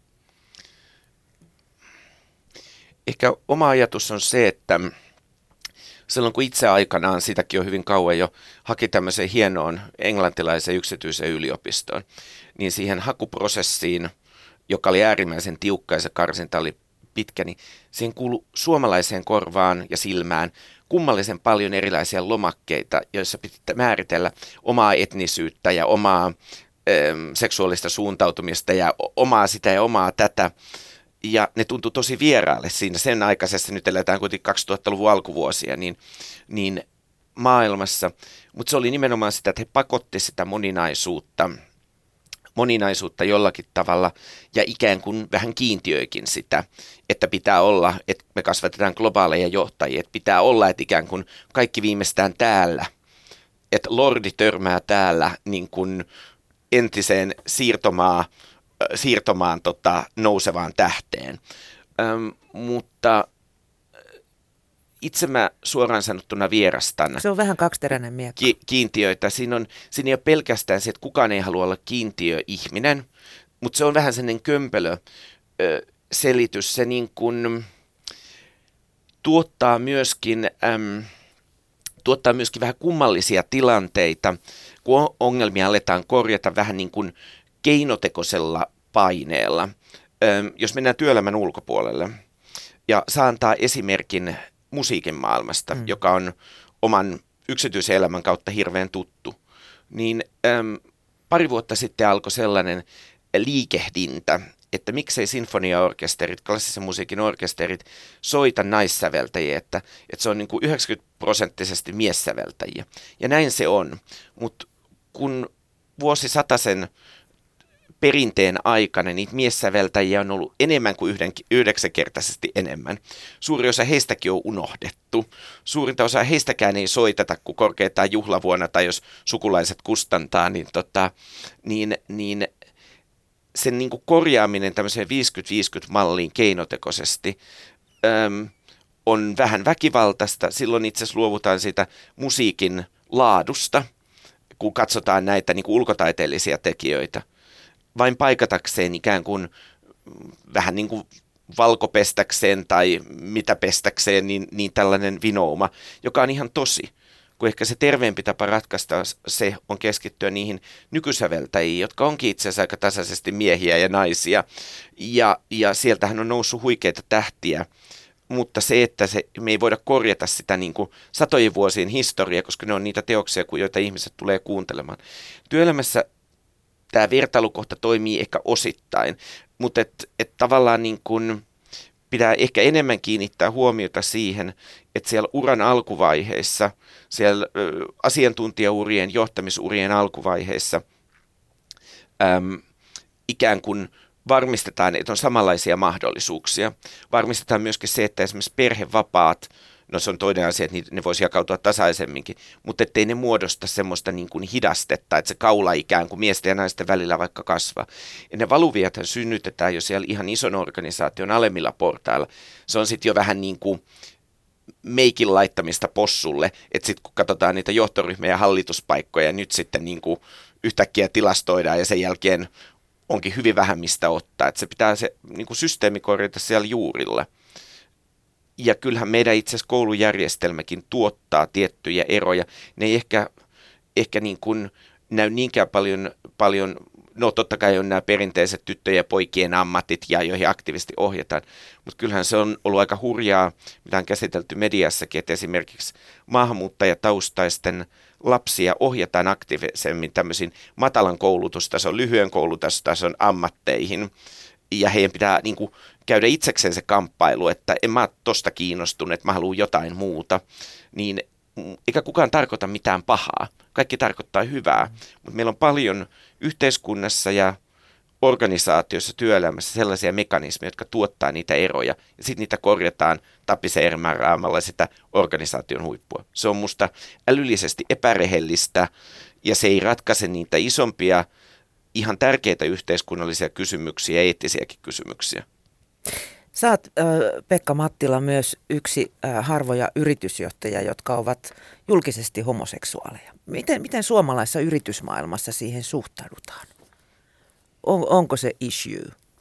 Ehkä oma ajatus on se, että silloin kun itse aikanaan, sitäkin on hyvin kauan jo, haki tämmöiseen hienoon englantilaiseen yksityiseen yliopistoon, niin siihen hakuprosessiin, joka oli äärimmäisen tiukka ja se karsinta oli pitkä, niin siihen kuului suomalaiseen korvaan ja silmään kummallisen paljon erilaisia lomakkeita, joissa piti määritellä omaa etnisyyttä ja omaa ö, seksuaalista suuntautumista ja omaa sitä ja omaa tätä. Ja ne tuntui tosi vieraalle siinä sen aikaisessa, nyt eletään kuitenkin kaksituhattaluvun alkuvuosia, niin, niin maailmassa. Mutta se oli nimenomaan sitä, että he pakotti sitä moninaisuutta, moninaisuutta jollakin tavalla ja ikään kuin vähän kiintiöikin sitä, että pitää olla, että me kasvatetaan globaaleja johtajia, että pitää olla, että ikään kuin kaikki viimeistään täällä, että lordi törmää täällä niin kuin entiseen siirtomaa, siirtomaan tota, nousevaan tähteen. Öm, mutta itse mä suoraan sanottuna vierastan. Se on vähän kaksiteräinen miekka. Ki- kiintiöitä. Siinä, on, siinä ei ole pelkästään se, että kukaan ei halua olla kiintiöihminen, mutta se on vähän sellainen kömpelö ö, selitys. Se niin kuin tuottaa myöskin, äm, tuottaa myöskin vähän kummallisia tilanteita, kun ongelmia aletaan korjata vähän niin kuin keinotekoisella paineella. Ö, jos mennään työelämän ulkopuolelle ja saa antaa esimerkin musiikin maailmasta, mm. joka on oman yksityisen elämän kautta hirveän tuttu, niin äm, pari vuotta sitten alkoi sellainen liikehdintä, että miksei sinfoniaorkesterit, klassisen musiikin orkesterit soita naissäveltäjiä, että, että se on niin kuin yhdeksänkymmentä prosenttisesti miessäveltäjiä. Ja näin se on, mutta kun vuosisataisen perinteen aikana niitä miessäveltäjiä on ollut enemmän kuin yhden, yhdeksänkertaisesti enemmän. Suuri osa heistäkin on unohdettu. Suurinta osa heistäkään ei soiteta, kun korkeintaan juhlavuonna tai jos sukulaiset kustantaa, niin, tota, niin, niin sen niin kuin korjaaminen tämmöiseen viisikymmentä viisikymmentä malliin keinotekoisesti äm, on vähän väkivaltaista. Silloin itse asiassa luovutaan siitä musiikin laadusta, kun katsotaan näitä niin kuin ulkotaiteellisia tekijöitä. Vain paikatakseen ikään kuin vähän niin kuin valkopestäkseen tai mitä pestäkseen, niin, niin tällainen vinouma, joka on ihan tosi. Kun ehkä se terveempi tapa ratkaista se on keskittyä niihin nykysäveltäjiin, jotka onkin itse asiassa aika tasaisesti miehiä ja naisia. Ja, ja sieltähän on noussut huikeita tähtiä, mutta se, että se, me ei voida korjata sitä niin kuin satojen vuosien historiaa, koska ne on niitä teoksia, joita ihmiset tulee kuuntelemaan. Työelämässä tämä vertailukohta toimii ehkä osittain, mutta et, et tavallaan niin kuin pitää ehkä enemmän kiinnittää huomiota siihen, että siellä uran alkuvaiheissa, siellä ö, asiantuntijaurien, johtamisurien alkuvaiheissa äm, ikään kuin varmistetaan, että on samanlaisia mahdollisuuksia. Varmistetaan myöskin se, että esimerkiksi perhevapaat, no se on toinen asia, että ne voisi jakautua tasaisemminkin, mutta ettei ne muodosta semmoista niin kuin hidastetta, että se kaula ikään kuin miesten ja naisten välillä vaikka kasvaa. Ja ne valuviathan synnytetään jo siellä ihan ison organisaation alemmilla portailla. Se on sitten jo vähän niin kuin meikin laittamista possulle, että sitten kun katsotaan niitä johtoryhmiä ja hallituspaikkoja, nyt sitten niin kuin yhtäkkiä tilastoidaan ja sen jälkeen onkin hyvin vähän mistä ottaa. Että se pitää se niin kuin systeemi korjata siellä juurilla. Ja kyllähän meidän itse asiassa koulujärjestelmäkin tuottaa tiettyjä eroja. Ne ei ehkä, ehkä niin kuin näy niinkään paljon, paljon, no totta kai on nämä perinteiset tyttöjen ja poikien ammatit, ja joihin aktiivisesti ohjataan. Mutta kyllähän se on ollut aika hurjaa, mitä on käsitelty mediassakin, että esimerkiksi maahanmuuttajataustaisten lapsia ohjataan aktiivisemmin tämmöisiin matalan koulutustason, lyhyen koulutustason ammatteihin. Ja heidän pitää niin kuin käydä itsekseen se kamppailu, että en mä ole tosta kiinnostunut, että mä haluan jotain muuta. Niin eikä kukaan tarkoita mitään pahaa. Kaikki tarkoittaa hyvää. Mutta meillä on paljon yhteiskunnassa ja organisaatiossa, työelämässä sellaisia mekanismeja, jotka tuottaa niitä eroja. Ja sitten niitä korjataan tapiseermääräamalla sitä organisaation huippua. Se on musta älyllisesti epärehellistä ja se ei ratkaise niitä isompia ihan tärkeitä yhteiskunnallisia kysymyksiä ja eettisiäkin kysymyksiä. Sä oot, Pekka Mattila, myös yksi harvoja yritysjohtajia, jotka ovat julkisesti homoseksuaaleja. Miten, miten suomalaisessa yritysmaailmassa siihen suhtaudutaan? On, onko se issue?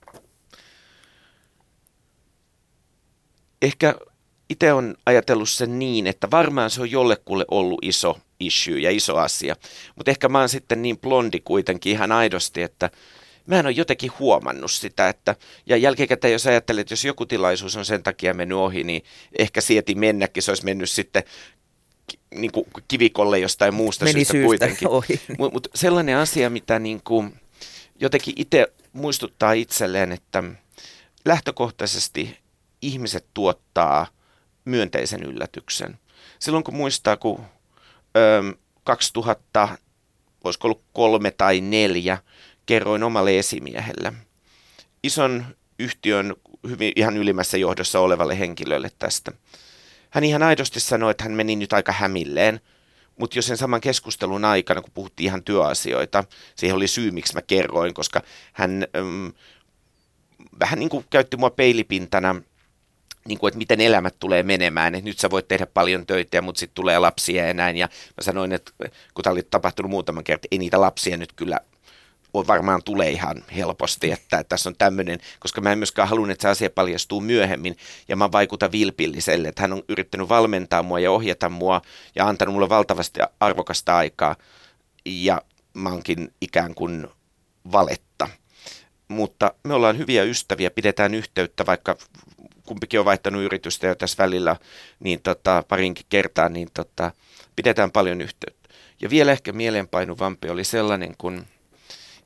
Ehkä itse olen ajatellut sen niin, että varmaan se on jollekulle ollut iso issue ja iso asia. Mutta ehkä mä oon sitten niin blondi kuitenkin ihan aidosti, että mä en ole jotenkin huomannut sitä, että, ja jälkikäteen jos ajattelet, että jos joku tilaisuus on sen takia mennyt ohi, niin ehkä sieti mennäkin, se olisi mennyt sitten niin kuin kivikolle jostain muusta Meni syystä, syystä kuitenkin. ohi. Mutta mut sellainen asia, mitä niin kuin jotenkin itse muistuttaa itselleen, että lähtökohtaisesti ihmiset tuottaa myönteisen yllätyksen. Silloin kun muistaa, kun ö, kaksituhatta, olisiko ollut kolme tai neljä, kerroin omalle esimiehelle, ison yhtiön hyvin ihan ylimmässä johdossa olevalle henkilölle tästä. Hän ihan aidosti sanoi, että hän meni nyt aika hämilleen, mutta jo sen saman keskustelun aikana, kun puhuttiin ihan työasioita, siihen oli syy, miksi mä kerroin, koska hän äm, vähän niin kuin käytti mua peilipintana, niin kuin, että miten elämät tulee menemään, että nyt sä voit tehdä paljon töitä, mutta sitten tulee lapsia ja näin. Ja mä sanoin, että kun tämä oli tapahtunut muutaman kerran, ei niitä lapsia nyt kyllä varmaan tulee ihan helposti, että, että tässä on tämmöinen, koska mä en myöskään halunnut, että se asia paljastuu myöhemmin, ja mä vaikutan vilpilliselle, että hän on yrittänyt valmentaa mua ja ohjata mua, ja antanut mulle valtavasti arvokasta aikaa, ja mä oonkin ikään kuin valetta. Mutta me ollaan hyviä ystäviä, pidetään yhteyttä, vaikka kumpikin on vaihtanut yritystä jo tässä välillä niin tota, parinkin kertaa, niin tota, pidetään paljon yhteyttä. Ja vielä ehkä mieleenpainuvampi oli sellainen, kun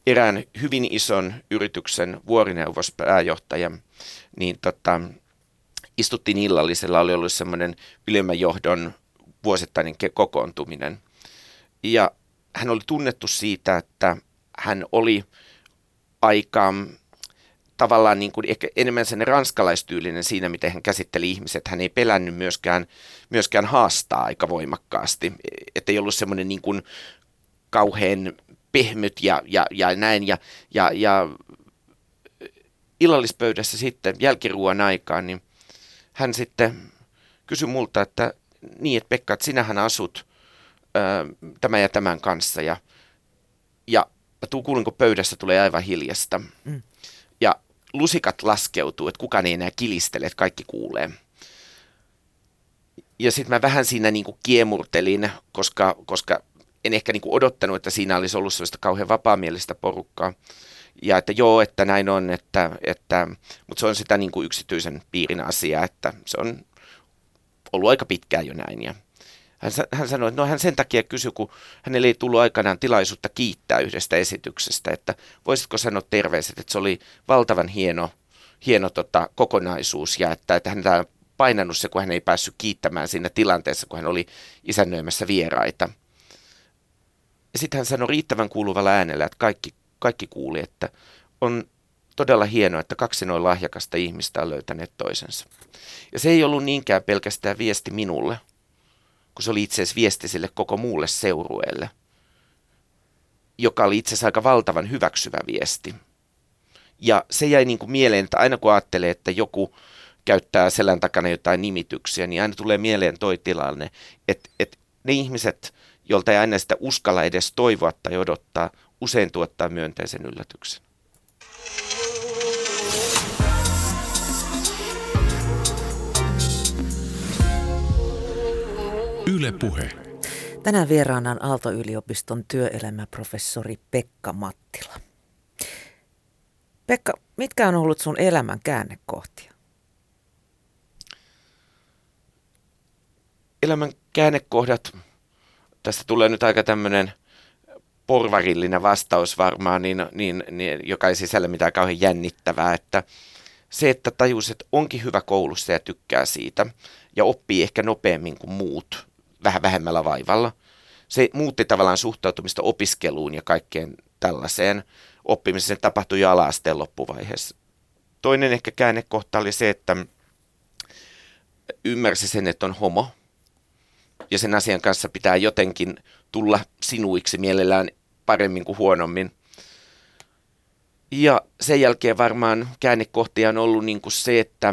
erään hyvin ison yrityksen vuorineuvospääjohtaja, niin tota, istuttiin illallisella, oli ollut semmoinen ylemmän johdon vuosittainen kokoontuminen. Ja hän oli tunnettu siitä, että hän oli aika tavallaan niin kuin ehkä enemmän sen ranskalaistyylinen siinä, miten hän käsitteli ihmiset. Hän ei pelännyt myöskään, myöskään haastaa aika voimakkaasti. Että ei ollut semmoinen niin kuin kauhean pehmyt ja, ja, ja näin. Ja, ja, ja illallispöydässä sitten jälkiruuan aikaan, niin hän sitten kysyi multa, että niin, että Pekka, että sinähän asut ö, tämän ja tämän kanssa. Ja, ja tuu kuulin, kun pöydässä tulee aivan hiljasta. Mm. Ja lusikat laskeutuu, että kukaan ei enää kilistele, että kaikki kuulee. Ja sitten mä vähän siinä niinku kiemurtelin, koska, koska en ehkä niinku odottanut, että siinä olisi ollut sellaista kauhean vapaamielistä porukkaa. Ja että joo, että näin on, että, että, mutta se on sitä niinku yksityisen piirin asiaa, että se on ollut aika pitkään jo näin. Ja hän, hän sanoi, että no hän sen takia kysyi, kun hänelle ei tullut aikanaan tilaisuutta kiittää yhdestä esityksestä, että voisitko sanoa terveiset, että se oli valtavan hieno, hieno tota, kokonaisuus ja että, että häntä on painanut se, kun hän ei päässyt kiittämään siinä tilanteessa, kun hän oli isännöimässä vieraita. Ja sitten hän sanoi riittävän kuuluvalla äänellä, että kaikki, kaikki kuuli, että on todella hienoa, että kaksi noin lahjakasta ihmistä on löytäneet toisensa. Ja se ei ollut niinkään pelkästään viesti minulle, kun se oli itse asiassa viesti sille koko muulle seurueelle, joka oli itse asiassa aika valtavan hyväksyvä viesti. Ja se jäi niin kuin mieleen, että aina kun ajattelee, että joku käyttää selän takana jotain nimityksiä, niin aina tulee mieleen toi tilanne, että, että ne ihmiset, jolta ei aina sitä uskalla edes toivoa tai odottaa, usein tuottaa myönteisen yllätyksen. Yle Puhe. Tänään vieraana on Aalto-yliopiston työelämäprofessori Pekka Mattila. Pekka, mitkä on ollut sun elämän käännekohtia? Elämän käännekohdat, tästä tulee nyt aika tämmöinen porvarillinen vastaus varmaan, niin, niin, niin, joka ei sisällä mitään kauhean jännittävää, että se, että tajus, että onkin hyvä koulussa ja tykkää siitä ja oppii ehkä nopeammin kuin muut, vähän vähemmällä vaivalla. Se muutti tavallaan suhtautumista opiskeluun ja kaikkeen tällaiseen. Oppimiseen tapahtui jo ala-asteen loppuvaiheessa. Toinen ehkä käännekohta oli se, että ymmärsi sen, että on homo. Ja sen asian kanssa pitää jotenkin tulla sinuiksi mielellään paremmin kuin huonommin. Ja sen jälkeen varmaan käännekohtia on ollut niin kuin se, että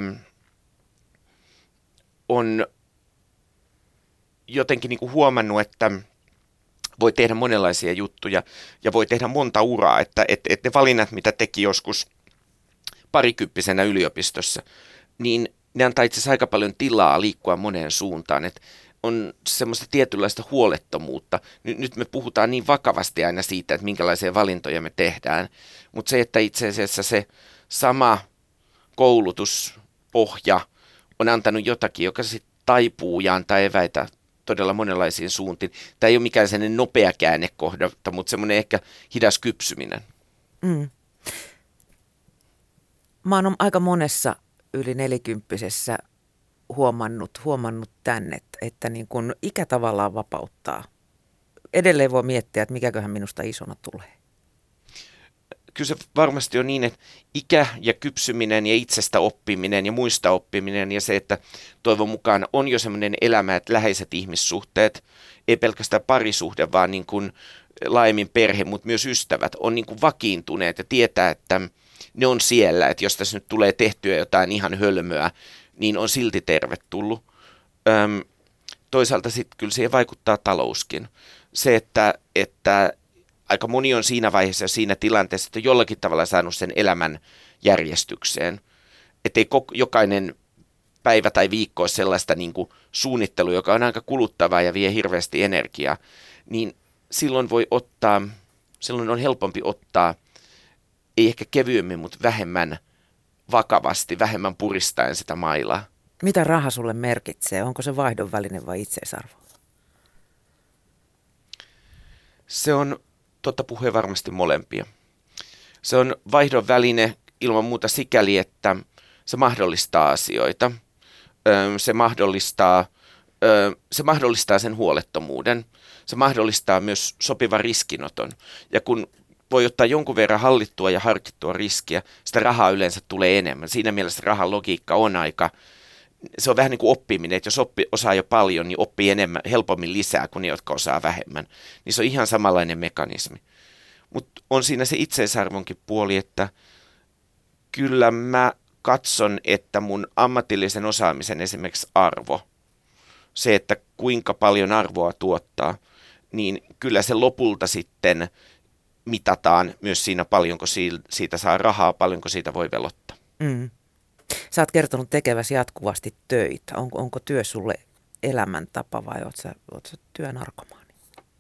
on jotenkin niin kuin huomannut, että voi tehdä monenlaisia juttuja ja voi tehdä monta uraa. Että, että, että ne valinnat, mitä teki joskus parikymppisenä yliopistossa, niin ne antaa itse asiassa aika paljon tilaa liikkua moneen suuntaan. Että on semmoista tietynlaista huolettomuutta. Nyt, nyt me puhutaan niin vakavasti aina siitä, että minkälaisia valintoja me tehdään, mutta se, että itse asiassa se sama koulutuspohja on antanut jotakin, joka sitten taipuu ja antaa eväitä todella monenlaisiin suuntiin. Tämä ei ole mikään sellainen nopea käännekohta, mutta semmoinen ehkä hidas kypsyminen. Mm. Mä oon aika monessa yli nelikymppisessä huomannut, huomannut tämän, että, että niin kun ikä tavallaan vapauttaa. Edelleen voi miettiä, että mikäköhän minusta isona tulee. Kyllä se varmasti on niin, että ikä ja kypsyminen ja itsestä oppiminen ja muista oppiminen ja se, että toivon mukaan on jo semmoinen elämä, että läheiset ihmissuhteet, ei pelkästään parisuhde, vaan niin kuin laajemmin perhe, mutta myös ystävät on niin kuin vakiintuneet ja tietää, että ne on siellä, että jos tässä nyt tulee tehtyä jotain ihan hölmöä, niin on silti tervetullut. Öm, toisaalta sitten kyllä siihen vaikuttaa talouskin. Se, että, että aika moni on siinä vaiheessa ja siinä tilanteessa, että jollakin tavalla saanut sen elämän järjestykseen. Että ei jokainen päivä tai viikko ole sellaista niin kuin suunnittelua, joka on aika kuluttavaa ja vie hirveästi energiaa, niin silloin voi ottaa, silloin on helpompi ottaa, ei ehkä kevyemmin, mutta vähemmän vakavasti, vähemmän puristaen sitä mailaa. Mitä raha sulle merkitsee? Onko se vaihdon väline vai itseisarvo? Se on totta puheen varmasti molempia. Se on vaihdon väline ilman muuta sikäli, että se mahdollistaa asioita. Se mahdollistaa, se mahdollistaa sen huolettomuuden. Se mahdollistaa myös sopivan riskinoton. Ja kun voi ottaa jonkun verran hallittua ja harkittua riskiä, sitä rahaa yleensä tulee enemmän. Siinä mielessä rahan logiikka on aika, se on vähän niin kuin oppiminen, että jos oppi, osaa jo paljon, niin oppii enemmän, helpommin lisää kuin ne, jotka osaa vähemmän. Niin se on ihan samanlainen mekanismi. Mutta on siinä se itseisarvonkin puoli, että kyllä mä katson, että mun ammatillisen osaamisen esimerkiksi arvo, se, että kuinka paljon arvoa tuottaa, niin kyllä se lopulta sitten mitataan myös siinä, paljonko siitä saa rahaa, paljonko siitä voi velottaa. Mm. Sä oot kertonut tekeväsi jatkuvasti töitä. Onko, onko työ sulle elämäntapa vai oot sä, oot sä työnarkomaani?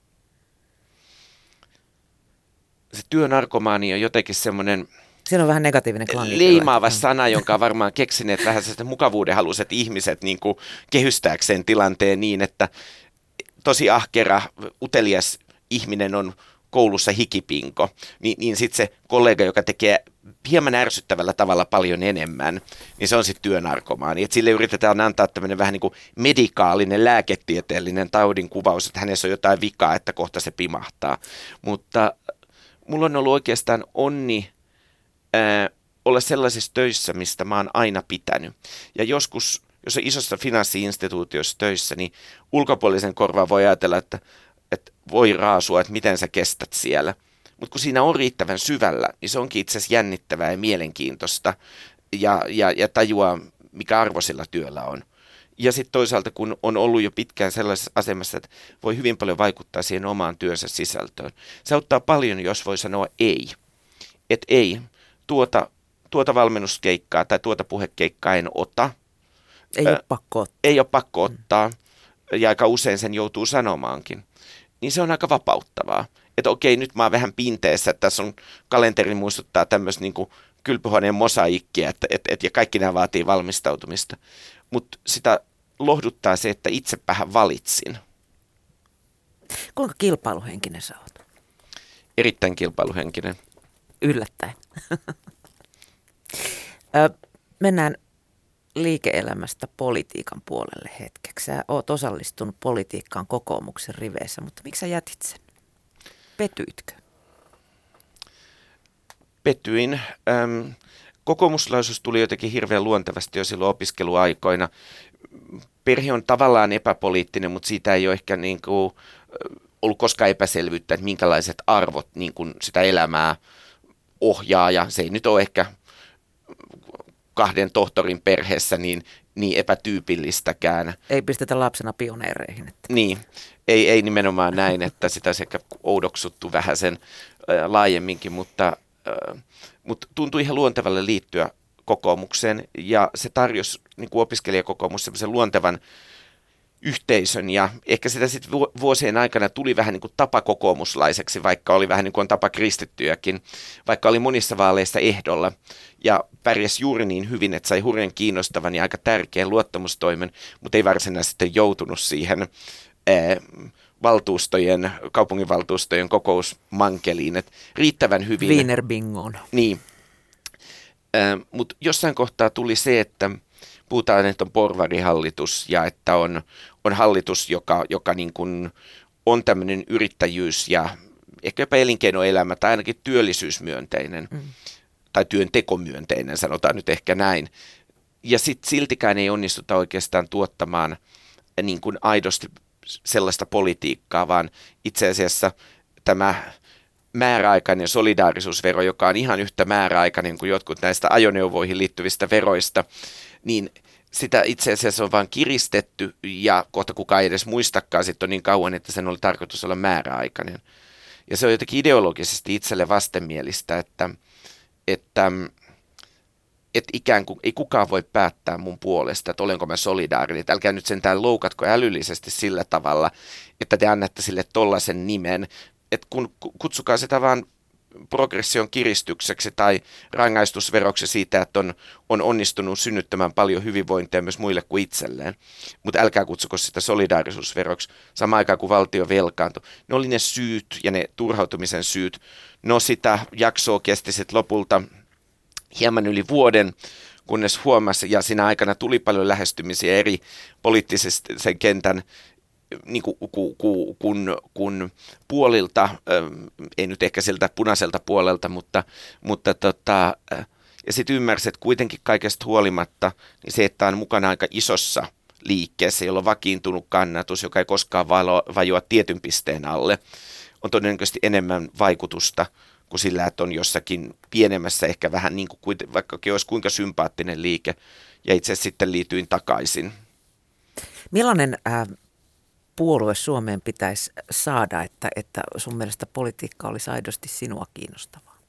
Se työnarkomaani on jotenkin semmoinen siinä on vähän negatiivinen klangi. Leimaava sana, jonka on varmaan keksineet vähän sellaiset mukavuudenhaluiset ihmiset niin kuin kehystääkseen tilanteen niin, että tosi ahkera, utelias ihminen on koulussa hikipinko, niin, niin sitten se kollega, joka tekee hieman ärsyttävällä tavalla paljon enemmän, niin se on sitten työnarkomaani. Et sille yritetään antaa tämmöinen vähän niin kuin medikaalinen, lääketieteellinen taudin kuvaus, että hänessä on jotain vikaa, että kohta se pimahtaa. Mutta mulla on ollut oikeastaan onni ää, olla sellaisissa töissä, mistä mä oon aina pitänyt. Ja joskus, jos on isossa finanssi-instituutiossa töissä, niin ulkopuolisen korvaan voi ajatella, että, että voi raasua, että miten sä kestät siellä. Mutta kun siinä on riittävän syvällä, niin se onkin itse asiassa jännittävää ja mielenkiintoista ja, ja, ja tajuaa, mikä arvo sillä työllä on. Ja sitten toisaalta, kun on ollut jo pitkään sellaisessa asemassa, että voi hyvin paljon vaikuttaa siihen omaan työnsä sisältöön. Se auttaa paljon, jos voi sanoa ei. Että ei, tuota, tuota valmennuskeikkaa tai tuota puhekeikkaa en ota. Ei ole pakko ottaa. Ei ole pakko ottaa, ja aika usein sen joutuu sanomaankin. Niin se on aika vapauttavaa. Että okei, nyt mä oon vähän pinteessä, että tässä on kalenteri muistuttaa tämmöistä niin kuin kylpyhuoneen mosaikkia, että, et, et, ja kaikki nämä vaatii valmistautumista. Mutta sitä lohduttaa se, että itsepähän valitsin. Kuinka kilpailuhenkinen sä oot? Erittäin kilpailuhenkinen. Yllättäen. Ö, mennään liike-elämästä politiikan puolelle hetkeksi. Sä oot osallistunut politiikkaan kokoomuksen riveissä, mutta miksi sä jätit sen? Petyitkö? Petyin. Ähm, kokoomuslaisuus tuli jotenkin hirveän luontevasti jo silloin opiskeluaikoina. Perhe on tavallaan epäpoliittinen, mutta siitä ei ole ehkä niin kuin ollut koskaan epäselvyyttä, että minkälaiset arvot niin kuin sitä elämää ohjaa. Ja se ei nyt ole ehkä kahden tohtorin perheessä niin, niin epätyypillistäkään. Ei pistetä lapsena pioneereihin. Että. Niin, ei, ei nimenomaan näin, että sitä olisi ehkä oudoksuttu vähän sen äh, laajemminkin, mutta, äh, mutta tuntui ihan luontevalle liittyä kokoomukseen ja se tarjosi niin kuin opiskelijakokoomus sellaisen luontevan yhteisön ja ehkä sitä sitten vuosien aikana tuli vähän niin kuin tapa kokoomuslaiseksi, vaikka oli vähän niin kuin tapa kristittyjäkin, vaikka oli monissa vaaleissa ehdolla ja pärjäsi juuri niin hyvin, että sai hurjan kiinnostavan ja aika tärkeän luottamustoimen, mutta ei varsinaisesti joutunut siihen ää, valtuustojen, kaupunginvaltuustojen kokousmankeliin, että riittävän hyvin. Wienerbingoon. Niin, mutta jossain kohtaa tuli se, että puhutaan, että on porvarihallitus ja että on, on hallitus, joka, joka niin kuin on tämmöinen yrittäjyys ja ehkä jopa elinkeinoelämä tai ainakin työllisyysmyönteinen mm. tai työntekomyönteinen, sanotaan nyt ehkä näin. Ja sitten siltikään ei onnistuta oikeastaan tuottamaan niin kuin aidosti sellaista politiikkaa, vaan itse asiassa tämä määräaikainen solidaarisuusvero, joka on ihan yhtä määräaikainen kuin jotkut näistä ajoneuvoihin liittyvistä veroista, niin sitä itse asiassa on vaan kiristetty ja kohta kukaan ei edes muistakaan sitten on niin kauan, että sen oli tarkoitus olla määräaikainen. Ja se on jotenkin ideologisesti itselle vastenmielistä, että, että, että ikään kuin ei kukaan voi päättää mun puolesta, että olenko mä solidaarinen. Että älkää nyt sentään loukatko älyllisesti sillä tavalla, että te annatte sille tollaisen nimen, että kun kutsukaa sitä vaan progression kiristykseksi tai rangaistusveroksi siitä, että on, on onnistunut synnyttämään paljon hyvinvointia myös muille kuin itselleen. Mutta älkää kutsuko sitä solidaarisuusveroksi samaan aikaan kuin valtio velkaantui. Ne oli ne syyt ja ne turhautumisen syyt. No sitä jaksoa kesti sitten lopulta hieman yli vuoden, kunnes huomasi, ja siinä aikana tuli paljon lähestymisiä eri poliittisen kentän niin kuin, ku, ku, kun, kun puolilta, ei nyt ehkä siltä punaiselta puolelta, mutta, mutta tota, ja sitten ymmärsi, että kuitenkin kaikesta huolimatta, niin se, että on mukana aika isossa liikkeessä, jolla on vakiintunut kannatus, joka ei koskaan valo, vajoa tietyn pisteen alle, on todennäköisesti enemmän vaikutusta kuin sillä, että on jossakin pienemmässä, ehkä vähän niin kuin, vaikkakin olisi kuinka sympaattinen liike, ja itse asiassa sitten liityin takaisin. Millainen äh, puolue Suomeen pitäisi saada, että, että sun mielestä politiikka olisi aidosti sinua kiinnostavaa?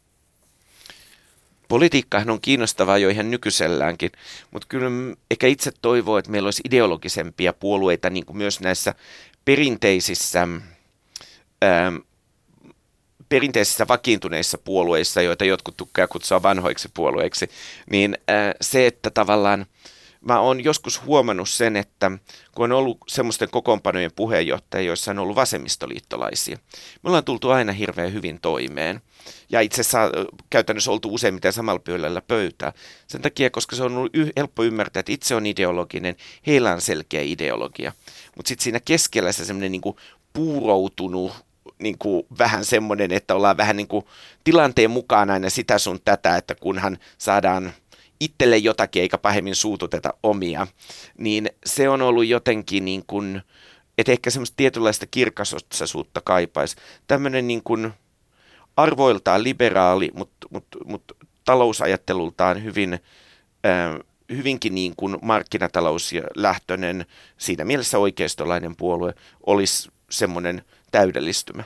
Politiikkahan on kiinnostavaa jo ihan nykyiselläänkin, mutta kyllä ehkä itse toivoo, että meillä olisi ideologisempia puolueita niin kuin myös näissä perinteisissä, ää, perinteisissä vakiintuneissa puolueissa, joita jotkut tykkää kutsua vanhoiksi puolueiksi, niin ää, se, että tavallaan mä oon joskus huomannut sen, että kun on ollut semmoisten kokoonpanojen puheenjohtajia, joissa on ollut vasemmistoliittolaisia, me ollaan tultu aina hirveän hyvin toimeen. Ja itse asiassa käytännössä oltu useimmiten samalla pöydällä pöytää. Sen takia, koska se on ollut y- helppo ymmärtää, että itse on ideologinen, heillä on selkeä ideologia. Mutta sitten siinä keskellä se semmoinen niinku puuroutunut, niinku vähän semmoinen, että ollaan vähän niinku tilanteen mukaan aina sitä sun tätä, että kunhan saadaan itselle jotakin eikä pahemmin suututeta omia, niin se on ollut jotenkin niin kuin, että ehkä semmoista tietynlaista kirkasotsaisuutta kaipaisi. Tämmöinen niin kuin arvoiltaan liberaali, mutta mut, mut talousajattelultaan hyvin, äh, hyvinkin niin kuin markkinatalouslähtöinen, siinä mielessä oikeistolainen puolue olisi semmoinen täydellistymä.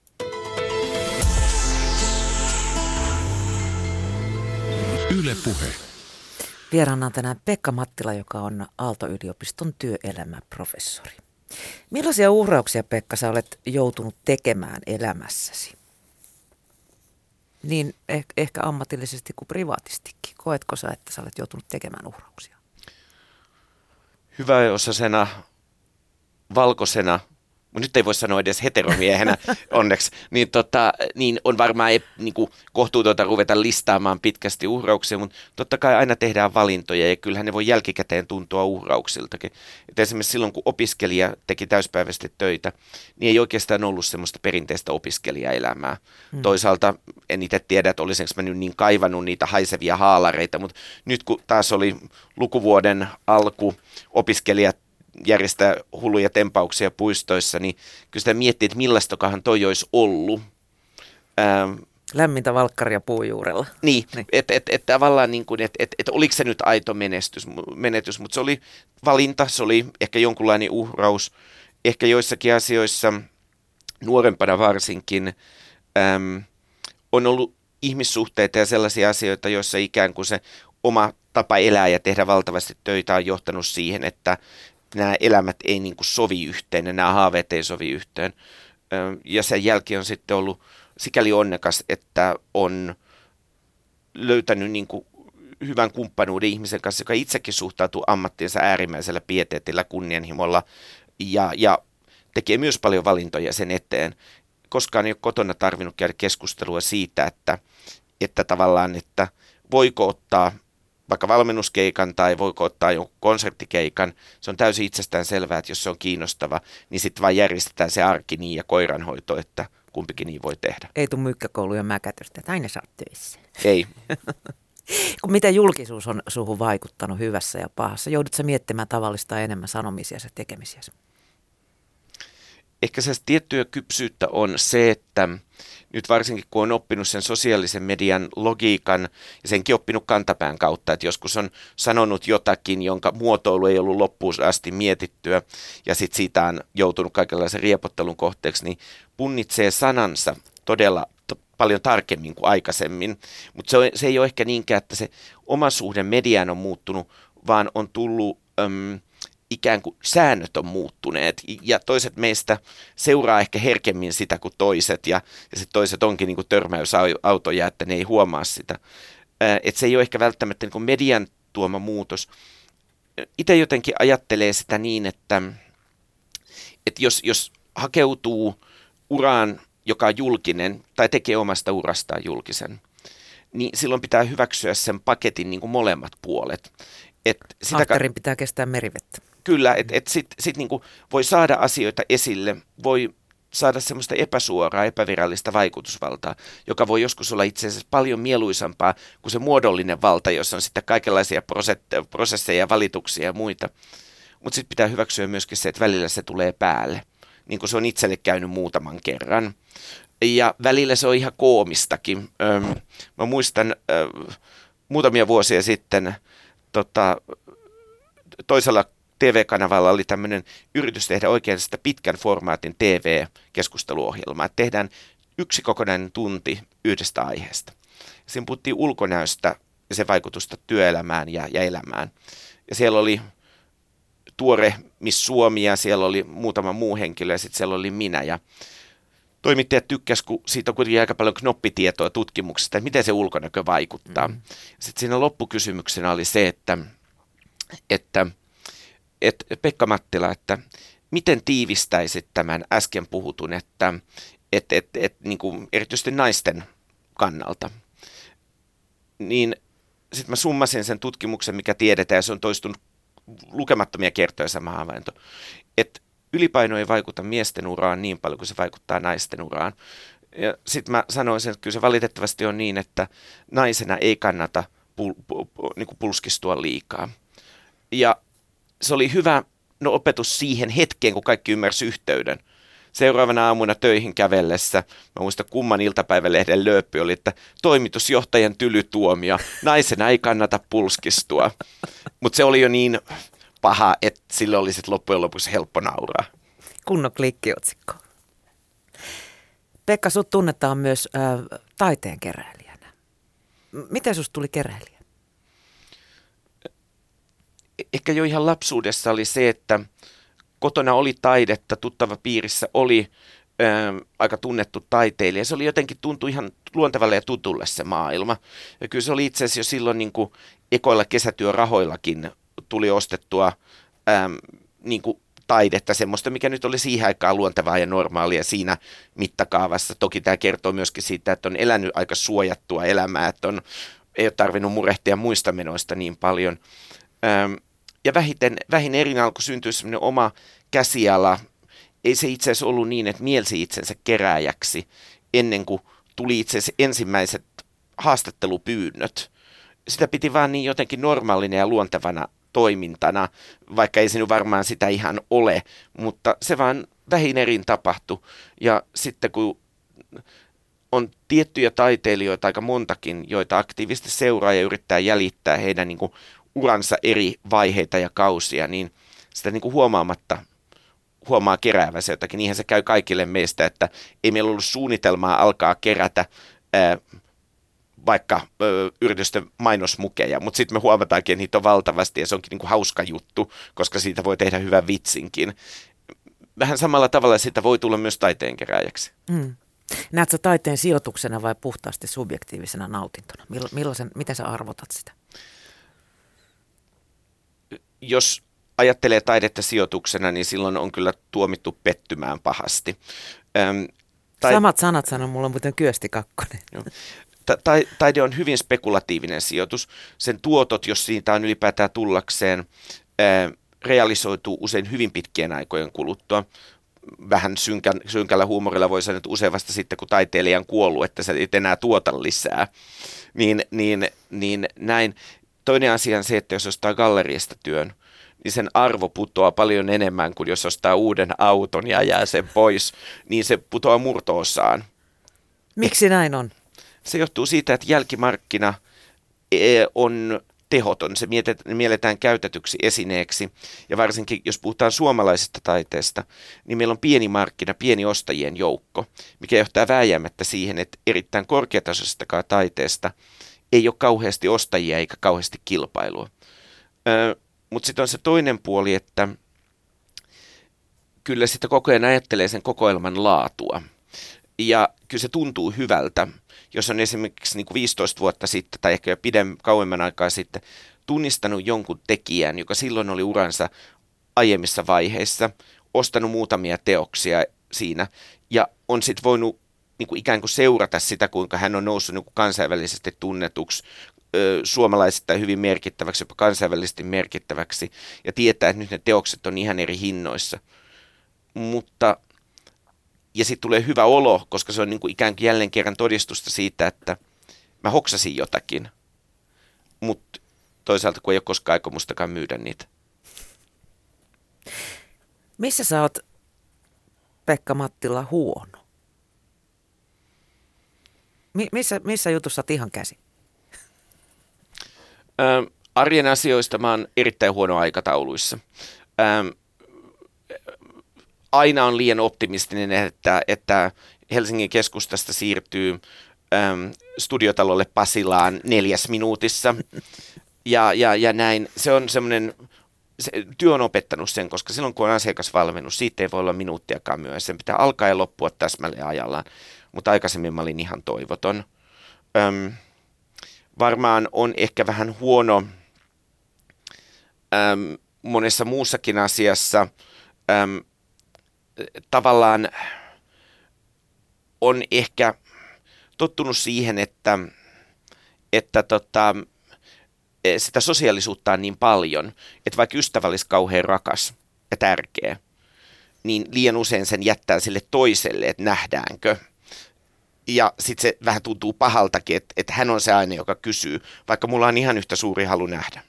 Yle Puhe. Vieraana on tänään Pekka Mattila, joka on Aalto-yliopiston työelämäprofessori. Millaisia uhrauksia, Pekka, sä olet joutunut tekemään elämässäsi? Niin eh- ehkä ammatillisesti kuin privaatistikin. Koetko sä, että sä olet joutunut tekemään uhrauksia? Hyväosaisena, valkoisena, mutta nyt ei voi sanoa edes heteromiehenä onneksi, niin, tota, niin on varmaan ei, niin kuin kohtuutonta ruveta listaamaan pitkästi uhrauksia, mutta totta kai aina tehdään valintoja ja kyllähän ne voi jälkikäteen tuntua uhrauksiltakin. Et esimerkiksi silloin, kun opiskelija teki täyspäiväisesti töitä, niin ei oikeastaan ollut semmoista perinteistä opiskelijaelämää. Hmm. Toisaalta en itse tiedä, että olisinko mä nyt niin kaivannut niitä haisevia haalareita, mutta nyt kun taas oli lukuvuoden alku, opiskelijat järjestää hulluja tempauksia puistoissa, niin kyllä sitä miettii, että millaistokahan toi olisi ollut. Ähm, Lämmintä valkkaria puujuurella. Niin, niin. että et, et tavallaan niin kuin, että et, et oliko se nyt aito menestys, menetys, mutta se oli valinta, se oli ehkä jonkunlainen uhraus, ehkä joissakin asioissa, nuorempana varsinkin, äm, on ollut ihmissuhteita ja sellaisia asioita, joissa ikään kuin se oma tapa elää ja tehdä valtavasti töitä on johtanut siihen, että nämä elämät ei niin kuin sovi yhteen ja nämä haaveet ei sovi yhteen. Ja sen jälkeen on sitten ollut sikäli onnekas, että on löytänyt niin kuin hyvän kumppanuuden ihmisen kanssa, joka itsekin suhtautuu ammattiinsa äärimmäisellä pieteetillä, kunnianhimolla ja, ja tekee myös paljon valintoja sen eteen. Koskaan ei ole kotona tarvinnut käydä keskustelua siitä, että, että tavallaan, että voiko ottaa vaikka valmennuskeikan tai voiko ottaa jonkun konserttikeikan, se on täysin itsestään selvää, että jos se on kiinnostava, niin sitten vaan järjestetään se arki niin ja koiranhoito, että kumpikin niin voi tehdä. Ei tule mykkäkouluja mäkätystä, että aina sä oot töissä. Ei. Miten julkisuus on suhun vaikuttanut hyvässä ja pahassa? Joudut sä miettimään tavallista enemmän sanomisia ja tekemisiä? Ehkä se tiettyä kypsyyttä on se, että nyt varsinkin kun on oppinut sen sosiaalisen median logiikan ja senkin oppinut kantapään kautta, että joskus on sanonut jotakin, jonka muotoilu ei ollut loppuun asti mietittyä ja sitten siitä on joutunut kaikenlaisen riepottelun kohteeksi, niin punnitsee sanansa todella to- paljon tarkemmin kuin aikaisemmin. Mutta se, se ei ole ehkä niinkään, että se oma suhde mediaan on muuttunut, vaan on tullut äm, ikään kuin säännöt on muuttuneet ja toiset meistä seuraa ehkä herkemmin sitä kuin toiset ja, ja sitten toiset onkin niin kuin törmäysautoja, että ne ei huomaa sitä. Että se ei ole ehkä välttämättä niin kuin median tuoma muutos. Itse jotenkin ajattelee sitä niin, että, että jos, jos hakeutuu uraan, joka on julkinen tai tekee omasta urastaan julkisen, niin silloin pitää hyväksyä sen paketin niin kuin molemmat puolet. Et sitä Ahterin pitää kestää merivettä. Kyllä, että et sitten sit niinku voi saada asioita esille, voi saada semmoista epäsuoraa, epävirallista vaikutusvaltaa, joka voi joskus olla itse asiassa paljon mieluisampaa kuin se muodollinen valta, jossa on sitten kaikenlaisia prosesseja, valituksia ja muita. Mutta sitten pitää hyväksyä myöskin se, että välillä se tulee päälle, niin kuin se on itselle käynyt muutaman kerran. Ja välillä se on ihan koomistakin. Öm, mä muistan ö, muutamia vuosia sitten tota, toisella T V-kanavalla oli tämmöinen yritys tehdä oikein sitä pitkän formaatin T V-keskusteluohjelmaa. Että tehdään yksi kokonainen tunti yhdestä aiheesta. Siinä puhuttiin ulkonäöstä ja sen vaikutusta työelämään ja, ja elämään. Ja siellä oli tuore Miss Suomi ja siellä oli muutama muu henkilö ja sitten siellä oli minä. Ja toimittajat tykkäsivät, kun siitä on kuitenkin aika paljon knoppitietoa tutkimuksesta, että miten se ulkonäkö vaikuttaa. Mm-hmm. Sitten siinä loppukysymyksenä oli se, että, että, että Pekka Mattila, että miten tiivistäisit tämän äsken puhutun, että, että, että, että niin kuin erityisesti naisten kannalta. Niin sitten mä summasin sen tutkimuksen, mikä tiedetään, ja se on toistunut lukemattomia kertoja sama havainto, että ylipaino ei vaikuta miesten uraan niin paljon kuin se vaikuttaa naisten uraan. Ja sitten mä sanoisin, että kyllä se valitettavasti on niin, että naisena ei kannata pul, pul, pul, niin kuin pulskistua liikaa. Ja se oli hyvä no, opetus siihen hetkeen, kun kaikki ymmärsi yhteyden. Seuraavana aamuna töihin kävellessä, mä muistan kumman iltapäivälehden lööppi oli, että toimitusjohtajan tylytuomio, naisena ei kannata pulskistua. Mutta se oli jo niin paha, että sille oli sitten loppujen lopuksi helppo nauraa. Kunnon klikkiotsikko. Pekka, sut tunnetaan myös äh, taiteen keräilijänä. Miten susta tuli keräilijä? Ehkä jo ihan lapsuudessa oli se, että kotona oli taidetta, tuttava piirissä oli ö, aika tunnettu taiteilija. Se oli jotenkin tuntui ihan luontevalle ja tutulle se maailma. Ja kyllä se oli itse asiassa jo silloin niin kuin ekoilla kesätyörahoillakin tuli ostettua ö, niin kuin taidetta, semmoista, mikä nyt oli siihen aikaan luontevaa ja normaalia siinä mittakaavassa. Toki tämä kertoo myöskin siitä, että on elänyt aika suojattua elämää, että on, ei ole tarvinnut murehtia muista menoista niin paljon. Ö, Ja vähiten, vähin erin alkoi syntyä semmoinen oma käsiala. Ei se itse asiassa ollut niin, että mielsi itsensä kerääjäksi ennen kuin tuli itse asiassa ensimmäiset haastattelupyynnöt. Sitä piti vaan niin jotenkin normaalina ja luontevana toimintana, vaikka ei se nyt varmaan sitä ihan ole, mutta se vaan vähin erin tapahtui. Ja sitten kun on tiettyjä taiteilijoita, aika montakin, joita aktiivisesti seuraa ja yrittää jäljittää heidän niin kuin uransa eri vaiheita ja kausia, niin sitä niin kuin huomaamatta huomaa keräävänsä jotakin. Niinhän se käy kaikille meistä, että ei meillä ollut suunnitelmaa alkaa kerätä ää, vaikka ää, yritysten mainosmukeja, mutta sitten me huomataankin, että niitä on valtavasti ja se onkin niin kuin hauska juttu, koska siitä voi tehdä hyvän vitsinkin. Vähän samalla tavalla sitä voi tulla myös taiteenkerääjäksi. Mm. Näetkö sä taiteen sijoituksena vai puhtaasti subjektiivisena nautintona? Millaisen, miten sä arvotat sitä? Jos ajattelee taidetta sijoituksena, niin silloin on kyllä tuomittu pettymään pahasti. Ähm, tai, Samat sanat sanon, mulla on muuten Kyösti Kakkonen. Ta- ta- taide on hyvin spekulatiivinen sijoitus. Sen tuotot, jos siitä on ylipäätään tullakseen, äh, realisoituu usein hyvin pitkien aikojen kuluttua. Vähän synkän, synkällä huumorilla voi sanoa, että usein vasta sitten, kun taiteilija on kuollut, että sä et enää tuota lisää. Niin, niin, niin näin. Toinen asia on se, että jos ostaa galleriasta työn, niin sen arvo putoaa paljon enemmän kuin jos ostaa uuden auton ja jää sen pois, niin se putoaa murto-osaan. Miksi näin on? Se johtuu siitä, että jälkimarkkina on tehoton. Se mielletään käytetyksi esineeksi. Ja varsinkin, jos puhutaan suomalaisesta taiteesta, niin meillä on pieni markkina, pieni ostajien joukko, mikä johtaa vääjäämättä siihen, että erittäin korkeatasoisestakaan taiteesta ei ole kauheasti ostajia eikä kauheasti kilpailua. Öö, Mutta sitten on se toinen puoli, että kyllä sitä koko ajan ajattelee sen kokoelman laatua. Ja kyllä se tuntuu hyvältä, jos on esimerkiksi niin kuin viisitoista vuotta sitten tai ehkä jo pidemmän, kauemman aikaa sitten tunnistanut jonkun tekijän, joka silloin oli uransa aiemmissa vaiheissa, ostanut muutamia teoksia siinä ja on sitten voinut niin kuin ikään kuin seurata sitä, kuinka hän on noussut niin kuin kansainvälisesti tunnetuksi, ö, suomalaisittain hyvin merkittäväksi, jopa kansainvälisesti merkittäväksi ja tietää, että nyt ne teokset on ihan eri hinnoissa. Mutta ja sitten tulee hyvä olo, koska se on niin kuin ikään kuin jälleen kerran todistusta siitä, että mä hoksasin jotakin, mutta toisaalta kun ei ole koskaan aikomustakaan myydä niitä. Missä sä oot, Pekka Mattila, huono? Mi- missä, missä jutussa oot ihan käsi? Ö, arjen asioista mä oon erittäin huono aikatauluissa. Ö, aina on liian optimistinen, että, että Helsingin keskustasta siirtyy äm, studiotalolle Pasilaan neljäs minuutissa. Ja, ja, ja näin. Se on semmoinen, se, työ on opettanut sen, koska silloin kun on asiakasvalmennus, siitä ei voi olla minuuttiakaan myöhässä. Sen pitää alkaa ja loppua täsmälleen ajallaan. Mutta aikaisemmin mä olin ihan toivoton. Öm, varmaan on ehkä vähän huono äm, monessa muussakin asiassa. Äm, tavallaan on ehkä tottunut siihen, että, että tota, sitä sosiaalisuutta on niin paljon, että vaikka ystävä olisi kauhean rakas ja tärkeä, niin liian usein sen jättää sille toiselle, että nähdäänkö. Ja sitten se vähän tuntuu pahaltakin, että, että hän on se aina, joka kysyy, vaikka mulla on ihan yhtä suuri halu nähdä.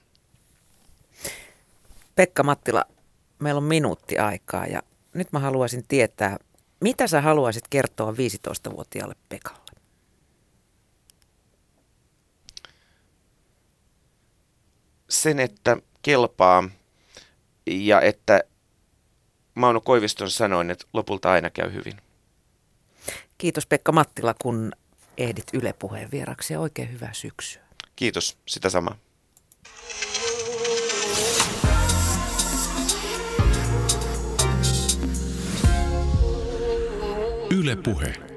Pekka Mattila, meillä on minuutti aikaa ja nyt mä haluaisin tietää, mitä sä haluaisit kertoa viisitoistavuotiaalle Pekalle? Sen, että kelpaa ja että Mauno Koiviston sanoin, että lopulta aina käy hyvin. Kiitos Pekka Mattila, kun ehdit Yle Puheen vieraksi ja oikein hyvää syksyä. Kiitos, sitä samaa. Yle Puhe.